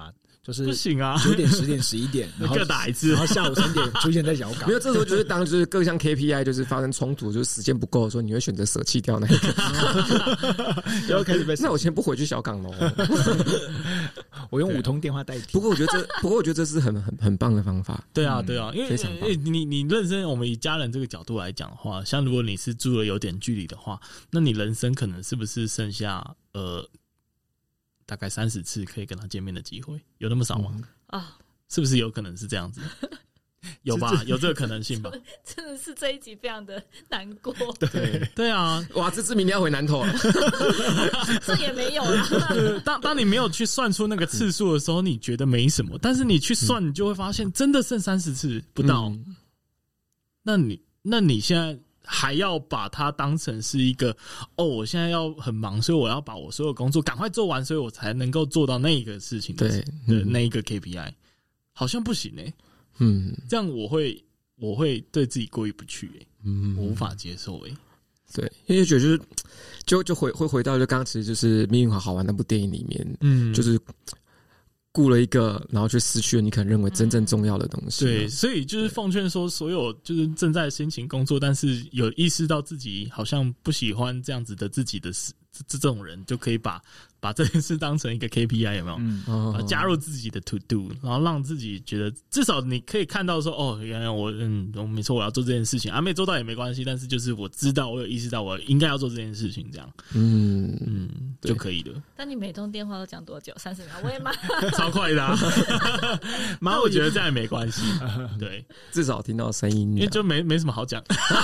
就是不行啊， 九点、十点、十一点，然后各打一次， 然后下午三点出现在小港。 没有，这时候就是当就是各项 K P I 就是发生冲突，就是时间不够的时候，你会选择舍弃掉那一个， 然后开始被。 那我先不回去小港喽， 我用五通电话代替。 不过我觉得这，不过我觉得这是很很很棒的方法。 对啊，对啊，因为非常棒。 你你认真，我们以家人这个角度来讲的话，像如果你是住了有点距离的话，那你人生可能是不是剩下呃大概三十次可以跟他见面的机会？有那么少吗？啊、嗯，是不是有可能是这样子？有吧，有这个可能性吧。 真的是这一集非常的难过。 对对啊， 哇，这次明天要回南投了， 这也没有了。 当当你没有去算出那个次数的时候，你觉得没什么，但是你去算，你就会发现真的剩三十次不到。嗯、那你那你现在还要把它当成是一个哦，我现在要很忙，所以我要把我所有工作赶快做完，所以我才能够做到那个事情的对、 嗯、的那一个 K P I， 好像不行哎、欸。 嗯， 这样我会我会对自己过意不去、欸，嗯，我无法接受、欸，哎， 对，因为觉得就是就就回会回到就刚刚其实就是《命运好好玩》那部电影里面，嗯，就是顾了一个，然后却失去了你可能认为真正重要的东西。 对，所以就是奉劝说，所有就是正在辛勤工作，但是有意识到自己好像不喜欢这样子的自己的事，这这种人就可以把。把这件事当成一个 K P I 有没有？嗯，啊、加入自己的 to do， 然后让自己觉得至少你可以看到说，哦，原来我嗯，我没错，我要做这件事情啊，没做到也没关系，但是就是我知道，我有意识到我应该要做这件事情，这样，嗯嗯，就可以了。 但你每通电话都讲多久？三十秒，我也蛮超快的、啊。妈，我觉得这样也没关系，对， 至少听到声音， 因为就没没什么好讲。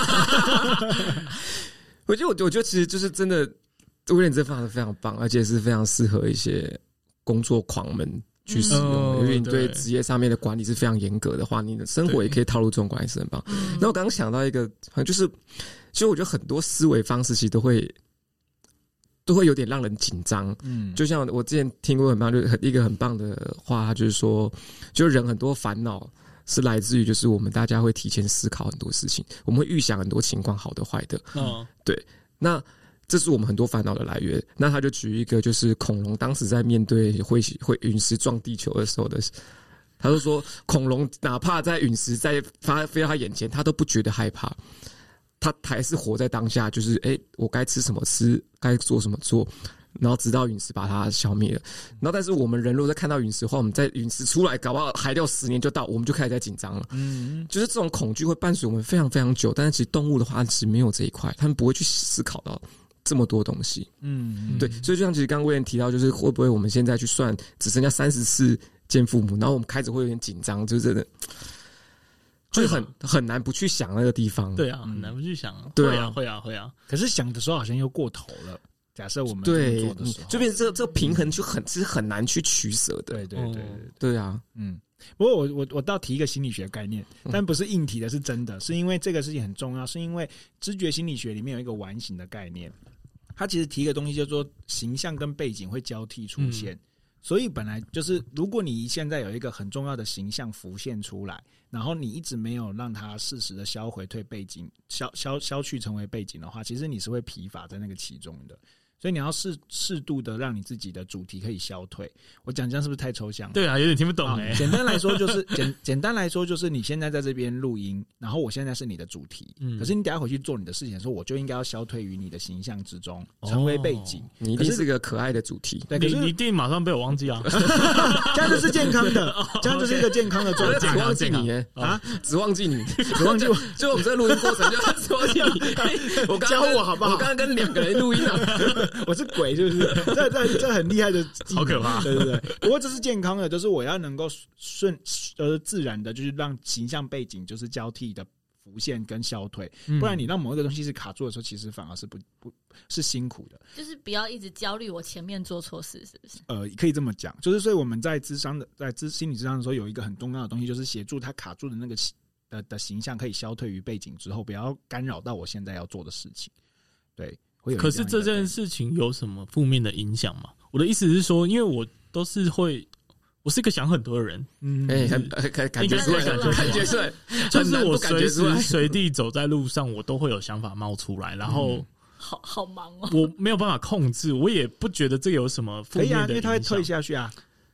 我觉得，我我觉得其实就是真的。威廉这方法非常棒，而且是非常适合一些工作狂们去使用的、嗯。因为你对职业上面的管理是非常严格的话，你的生活也可以套入这种管理是很棒。那我刚刚想到一个，就是，其实我觉得很多思维方式其实都会都会有点让人紧张。嗯，就像我之前听过很棒，就是一个很棒的话，他就是说，就人很多烦恼是来自于就是我们大家会提前思考很多事情，我们会预想很多情况，好的坏的。嗯，对，那。这是我们很多烦恼的来源。那他就举一个，就是恐龙当时在面对会会陨石撞地球的时候的，他就说，恐龙哪怕在陨石在发飞到他眼前，他都不觉得害怕，他还是活在当下，就是哎、欸，我该吃什么吃，该做什么做，然后直到陨石把它消灭了。然后，但是我们人如果在看到陨石的话，我们在陨石出来，搞不好还要十年就到，我们就开始在紧张了。嗯，就是这种恐惧会伴随我们非常非常久。但是其实动物的话，其实没有这一块，他们不会去思考到这么多东西。嗯，对，所以就像其实刚刚威廉提到，就是会不会我们现在去算只剩下三十次见父母，然后我们开始会有点紧张，就是真的。就是很很难不去想那个地方。 对啊，很难不去想。 对啊， 会啊，会啊。 可是想的时候好像又过头了。假设我们对做的时候， 就变成这个这个平衡就很是很难去取舍的。 对对对 对, 对啊， 嗯。不过我我我倒提一个心理学概念，但不是硬提的，是真的，是因为这个事情很重要，是因为知觉心理学里面有一个完形的概念，它其实提一个东西叫做形象跟背景会交替出现。嗯，所以本来就是，如果你现在有一个很重要的形象浮现出来，然后你一直没有让它适时的销回退背景，消消消去成为背景的话，其实你是会疲乏在那个其中的。所以你要适适度的让你自己的主题可以消退。我讲这样是不是太抽象了？ 对啊，有点听不懂哎、欸。 简单来说就是简简单来说就是你现在在这边录音，然后我现在是你的主题，嗯，可是你等一下回去做你的事情的时候，我就应该要消退于你的形象之中，成为背景。哦， 你一定是个可爱的主题， 对，可是你一定马上被我忘记啊。 这样就是健康的，这样就是一个健康的状态。 只忘记你啊，只忘记你，只忘记我。就我们这录音过程就只忘记你。我教我好不好？ 我刚刚跟两个人录音啊， 我是鬼是不是？这这这很厉害的， 好可怕， 对对对。不过这是健康的，就是我要能够顺呃自然的，就是让形象背景就是交替的浮现跟消退，不然你让某一个东西是卡住的时候，其实反而是不不是辛苦的。 就是不要一直焦虑我前面做错事，是不是？ 呃，可以这么讲，就是所以我们在諮商的在咨心理諮商的时候，有一个很重要的东西，就是协助他卡住的那个的的形象可以消退于背景之后，不要干扰到我现在要做的事情。对。 可是这件事情有什么负面的影响吗？我的意思是说，因为我都是会，我是一个想很多的人， 嗯，哎、欸，感感觉出来，感觉感觉出来， 就是我随时随地走在路上，我都会有想法冒出来，然后、嗯、 好好忙哦， 我没有办法控制，我也不觉得这有什么负面的影响。 可以啊，因为它会退下去啊。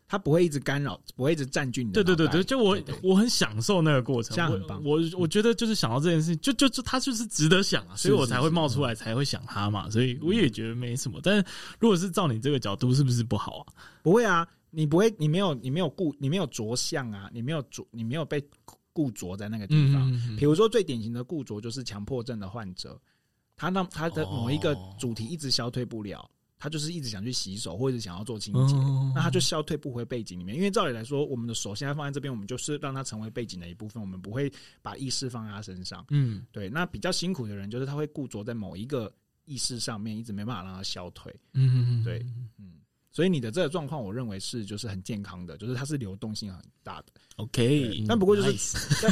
他不会一直干扰，不会一直占据你的脑袋。 对对对对，就我对对我很享受那个过程， 这样很棒。 我我我觉得就是想到这件事情，就就就他就是值得想啊，所以我才会冒出来，才会想他嘛。所以我也觉得没什么。但是如果是照你这个角度，是不是不好啊？ 不会啊，你不会，你没有你没有顾，你没有着相啊，你没有着，你没有被固着在那个地方。比、嗯嗯嗯、如说最典型的固着就是强迫症的患者，他让他的某一个主题一直消退不了。他就是一直想去洗手，或者想要做清洁，哦、那他就消退不回背景里面。因为照理来说，我们的手现在放在这边，我们就是让它成为背景的一部分，我们不会把意识放在他身上。嗯，对。那比较辛苦的人，就是他会固着在某一个意识上面，一直没办法让它消退。嗯，对，嗯。所以你的这个状况，我认为是就是很健康的，就是它是流动性很大的。 OK， 但不过就是、nice.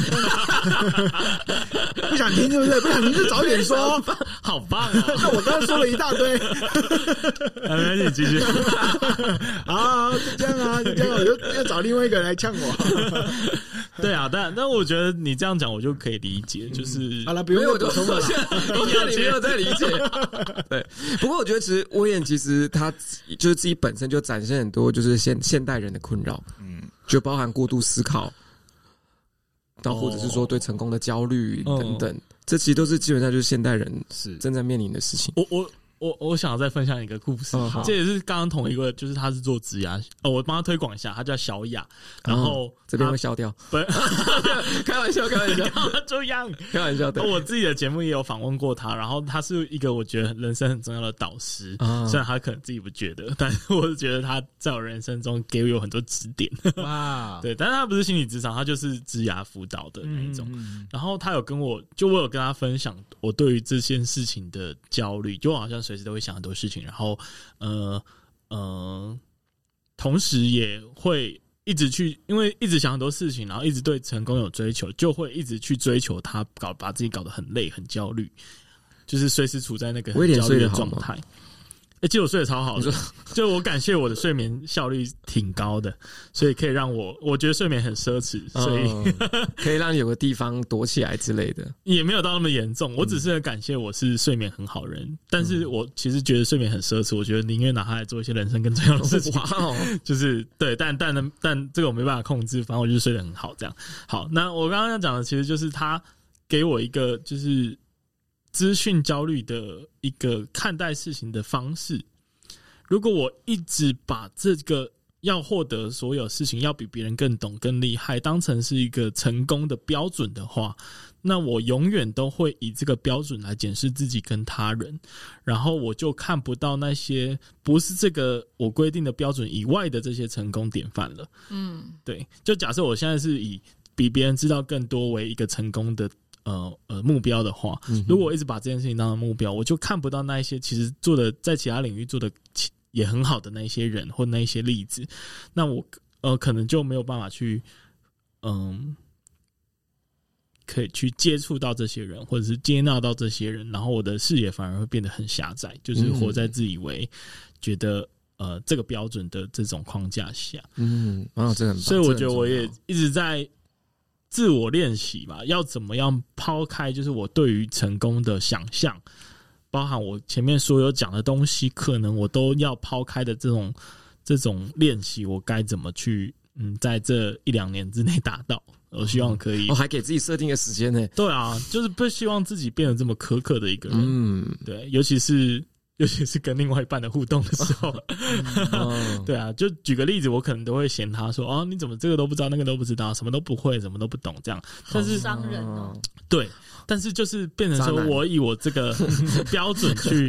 不想听，对不对？不想听就早点说， 好棒啊！ 那我刚刚说了一大堆， 来你继续。 啊，就这样啊，就这样，我就要找另外一个人来呛我。 对啊，但但我觉得你这样讲，我就可以理解，就是、 嗯、好了，不用我补充了啦， 你没有在理解。对，不过我觉得其实威廉其实他就是自己本身就展现很多就是现现代人的困扰，嗯，就包含过度思考，到或者是说对成功的焦虑等等，哦、这其实都是基本上就是现代人是正在面临的事情。 我我。我我想要再分享一个故事，哦、这也是刚刚同一个，就是他是做职涯，哦，我帮他推广一下，他叫小雅，然后、哦、 这边会消掉，不，开玩笑，开玩笑， 这样， 开玩笑的。 我自己的节目也有访问过他，然后他是一个我觉得人生很重要的导师，哦、虽然他可能自己不觉得，但是我是觉得他在我人生中给我有很多指点。哇，对，但是他不是心理咨商，他就是职涯辅导的那一种。嗯、然后他有跟我，就我有跟他分享我对于这件事情的焦虑，就我好像随时都会想很多事情，然后呃呃，同时也会一直去，因为一直想很多事情，然后一直对成功有追求，就会一直去追求他，搞把自己搞得很累、很焦虑，就是随时处在那个很焦虑的状态。哎、欸，其实我睡得超好的，就我感谢我的睡眠效率挺高的，所以可以让我，我觉得睡眠很奢侈，所以、 哦、可以让你有个地方躲起来之类的， 也没有到那么严重。我只是很感谢我是睡眠很好人，嗯、但是我其实觉得睡眠很奢侈，我觉得宁愿拿它来做一些人生更重要的事情。哇哦，就是对，但但但这个我没办法控制，反正我就是睡得很好，这样。好，那我刚刚要讲的其实就是他给我一个就是。资讯焦虑的一个看待事情的方式，如果我一直把这个要获得所有事情要比别人更懂更厉害当成是一个成功的标准的话，那我永远都会以这个标准来检视自己跟他人，然后我就看不到那些不是这个我规定的标准以外的这些成功典范了。嗯，对，就假设我现在是以比别人知道更多为一个成功的呃呃目标的话，如果我一直把这件事情当成目标，我就看不到那一些其实做的在其他领域做的也很好的那一些人或那一些例子，那我呃可能就没有办法去嗯可以去接触到这些人，或者是接纳到这些人，然后我的视野反而会变得很狭窄，就是活在自以为觉得呃这个标准的这种框架下。嗯，哦，这很棒。所以我觉得我也一直在自我练习吧，要怎么样抛开就是我对于成功的想象，包含我前面所有讲的东西，可能我都要抛开的这种这种练习，我该怎么去嗯在这一两年之内达到？我希望可以， 我、哦、还给自己设定个时间呢。 对啊，就是不希望自己变得这么苛刻的一个人。嗯，对，尤其是。尤其是跟另外一半的互动的时候，哦、对啊，就举个例子，我可能都会嫌他说：“哦，你怎么这个都不知道，那个都不知道，什么都不会，什么都不懂。”这样，但是伤人哦。 对，但是就是变成说我以我这个标准去，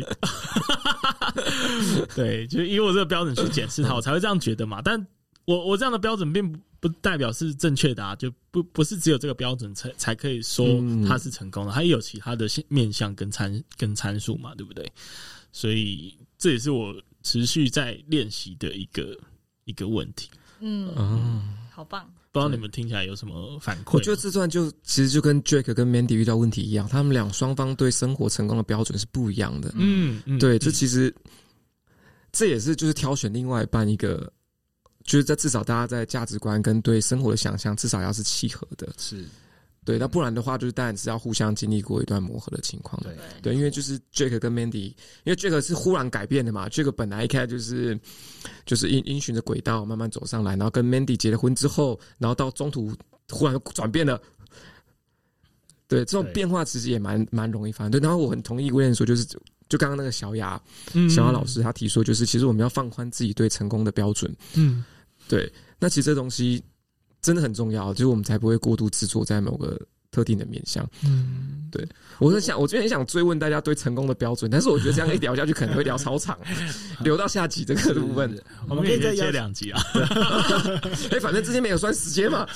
对，就是以我这个标准去检视他，我才会这样觉得嘛。但我我这样的标准并不不代表是正确的啊，就不不是只有这个标准才才可以说他是成功的，他也有其他的面向跟参跟参数嘛，对不对？所以这也是我持续在练习的一个一个问题。 嗯，哦，好棒！ 不知道你们听起来有什么反馈？ 我觉得这段就其实就跟 Jake 跟 Mandy 遇到问题一样，他们俩双方对生活成功的标准是不一样的。嗯，嗯对，这其实这也是就是挑选另外一半一个，就是在至少大家在价值观跟对生活的想象至少要是契合的。 是。 对，那不然的话，就是当然是要互相经历过一段磨合的情况。对对，因为就是 Jack 跟 Mandy， 因为 Jack 是忽然改变的嘛 ，Jack 本来一开始就是就是因因循着轨道慢慢走上来，然后跟 Mandy 结了婚之后，然后到中途忽然转变了。对，这种变化其实也蛮蛮容易发生。对，然后我很同意威廉说，就是就刚刚那个小雅、嗯、小雅老师他提说，就是其实我们要放宽自己对成功的标准。嗯，对，那其实这东西真的很重要，就是我们才不会过度执着在某个特定的面向。嗯，对，我是想，我今天很想追问大家对成功的标准，但是我觉得这样一聊下去可能会聊超长，留到下集这个部分， 我们可以再接两集啊。 哎、欸，反正之前没有算时间嘛。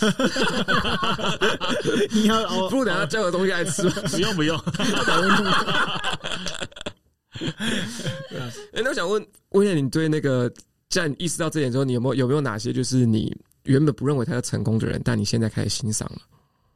你要哦，不如等下叫个东西来吃吧。 不用不用。 哎、欸，那我想问威廉，你对那个，在你意识到这点之后，你有没有有没有哪些就是你原本不认为他是成功的人，但你现在开始欣赏了？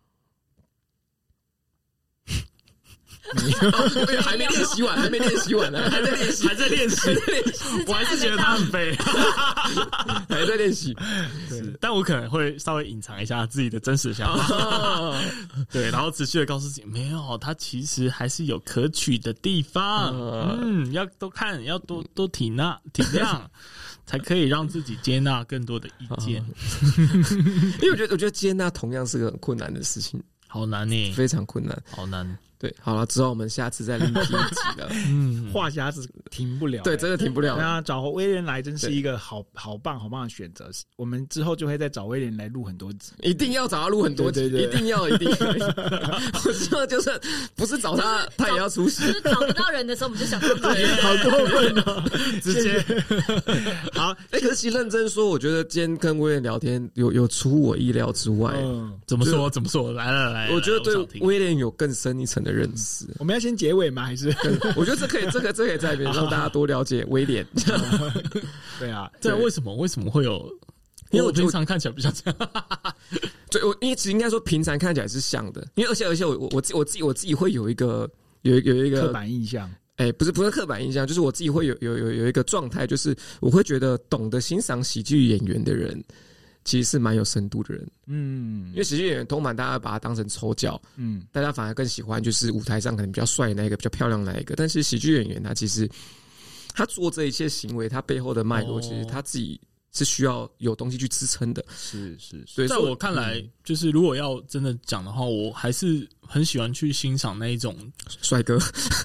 没有，还没练习完，还没练习完呢，还在练习， 还在练习，我还是觉得他很废， 还在练习。 对，但我可能会稍微隐藏一下自己的真实想法，对，然后持续的告诉自己，没有，他其实还是有可取的地方，嗯，要多看，要多多体纳体谅，才可以让自己接纳更多的意见。 因为我觉得，我觉得接纳同样是个很困难的事情， 好难呢， 非常困难， 好难。 对，好了，之后我们下次再另辟一集了。 嗯，话匣子停不了、欸， 对，真的停不了。 那找威廉来真是一个好好棒好棒的选择。我们之后就会再找威廉来录很多集， 一定要找他录很多集，对对对对，一定要一定要。我希望就是不是找他，他也要出席。 就是找不到人的时候，我们就想到他。 好过分哦，直接好。哎、欸，可是其实认真说，我觉得今天跟威廉聊天有有出我意料之外。 嗯，怎么说？怎么说？来来来， 我觉得对威廉有更深一层的认识。 我们要先结尾吗？还是我觉得这可以，这个这个可以在边让大家多了解威廉。 对啊， 对啊，为什么为什么会有？因为我平常看起来比较这样。 对，我因为其实应该说平常看起来是像的，因为而且而且我我我自我自己我自己会有一个有有一个刻板印象。 哎、欸，不是不是刻板印象，就是我自己会有有有有一个状态，就是我会觉得懂得欣赏喜剧演员的人。其实是蛮有深度的人，嗯，因为喜剧演员通常大家把他当成丑角，嗯，大家反而更喜欢就是舞台上可能比较帅的那一个，比较漂亮的那一个。但是喜剧演员他其实他做这一切行为，他背后的脉络，其实他自己是需要有东西去支撑的。 是是， 所以在我看来，嗯、就是如果要真的讲的话，我还是很喜欢去欣赏那一种帅哥。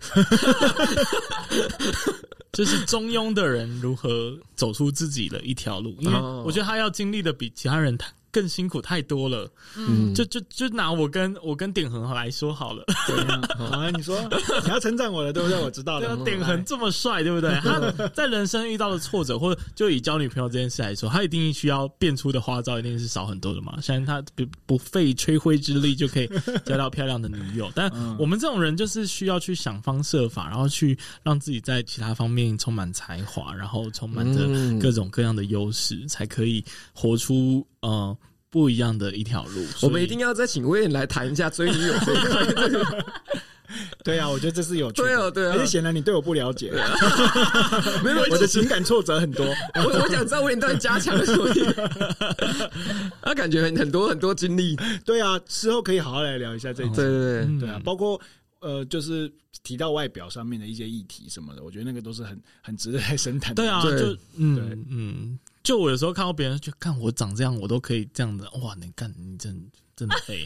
就是中庸的人如何走出自己的一条路，因为我觉得他要经历的比其他人更辛苦太多了。嗯，就就就拿我跟我跟点恒来说好了。 对啊，好啊，你说你要称赞我了，对不对？我知道了。 点恒这么帅，对不对？他在人生遇到的挫折，或者就以交女朋友这件事来说，他一定需要变出的花招一定是少很多的嘛。像他不不费吹灰之力就可以交到漂亮的女友，但我们这种人就是需要去想方设法，然后去让自己在其他方面充满才华，然后充满着各种各样的优势，嗯、才可以活出呃。不一样的一条路， 我们一定要再请威廉来谈一下追女友这一块。 对啊，我觉得这是有趣的。 对啊，对啊， 而且显然你对我不了解，没有，我的情感挫折很多。 我我想知道威廉到底加强了什么？他感觉很很多很多经历。 对啊，之后可以好好来聊一下这一集。 对对对， 对啊，包括呃，就是提到外表上面的一些议题什么的，我觉得那个都是很很值得在深谈的。 对啊，就嗯嗯。就我有时候看到别人，就看我长这样，我都可以这样的，哇！你看你真真的废。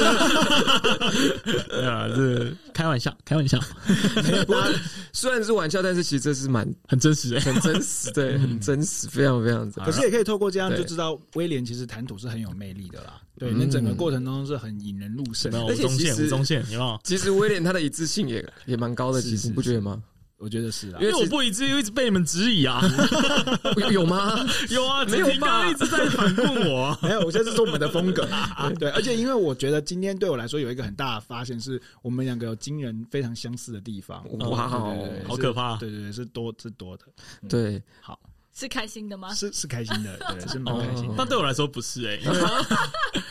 对啊，这开玩笑，开玩笑。 虽然是玩笑，但是其实这是蛮很真实的， 很真实，对，很真实，非常非常。 可是也可以透过这样就知道，威廉其实谈吐是很有魅力的啦。对，那整个过程中是很引人入胜。 而且其实中线有没有？ 其实威廉他的一致性也也蛮高的，其实你不觉得吗？ 我觉得是啊， 因为我不一致，又一直被你们质疑啊。 有, 有吗？ 有啊，没有吧？刚刚一直在反问我。 没有，我觉得这是我们的风格。对，而且因为我觉得今天对我来说有一个很大的发现，是我们两个有惊人非常相似的地方。 哇， 好可怕！ 对对对，是多是多的。 嗯、对， 好。是开心的吗？ 是是开心的，对，是蛮开心的。 但对我来说不是哎、欸，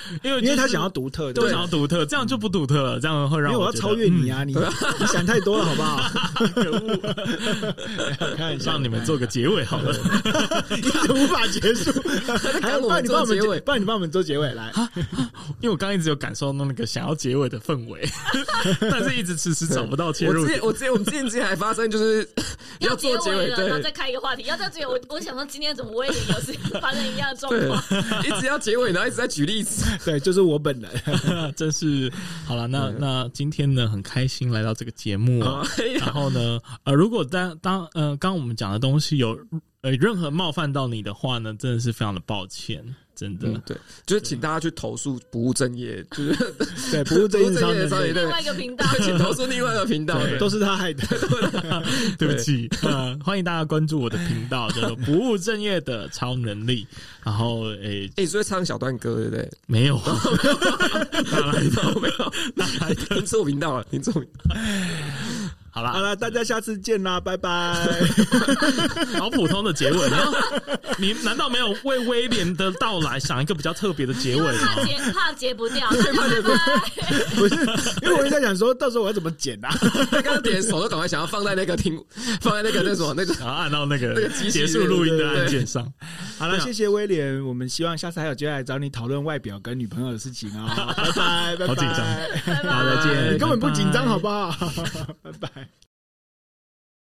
因为、就是、 因为他想要独特， 对，想要独特，这样就不独特了，这样会让因为我要超越你啊！ 嗯、 你你想太多了，好不好？ 可恶！ 看让你们做个结尾好了， 一直无法结束。还要帮你帮我们结尾，帮你帮我们做结尾来。 因为我刚刚一直有感受到那个想要结尾的氛围，但是一直迟迟找不到切入点。 我之前我之前我们之前之前还发生就是要做结尾，对， 然后再开一个话题，要再结尾。我我想说今天怎么威廉有事发生一样的状况， 一直要结尾，然后一直在举例子。 对，就是我本人， 真是好了。那那今天呢，很开心来到这个节目、啊，然后呢，呃，如果当当呃，刚刚我们讲的东西有呃任何冒犯到你的话呢，真的是非常的抱歉。真的、嗯， 对，就是请大家去投诉不务正业，就是对不务正业的商业， 另外一个频道， 请投诉另外一个频道， 都是他害的， 对不起，呃，欢迎大家关注我的频道，叫做不务正业的超能力。然后，诶、 欸，诶，所以唱小段歌，对不对？ 没有， 哪来的？没有，哪来的？听错频道了，听错频道。 好啦， 好了，大家下次见啦，拜拜。 好普通的结尾，然后你难道没有为威廉的到来想一个比较特别的结尾吗？ 怕结怕结不掉，怕结不掉。 不是，因为我在想说，到时候我要怎么剪啊？ 刚刚点手都赶快想要放在那个听，放在那个那什么那个， 然后按到那个那个结束录音的按键上。 好了，谢谢威廉，我们希望下次还有机会来找你讨论外表跟女朋友的事情啊、哦。拜拜，拜拜， 好紧张， 拜拜， 好，再见。 你根本不紧张，好不好？拜拜。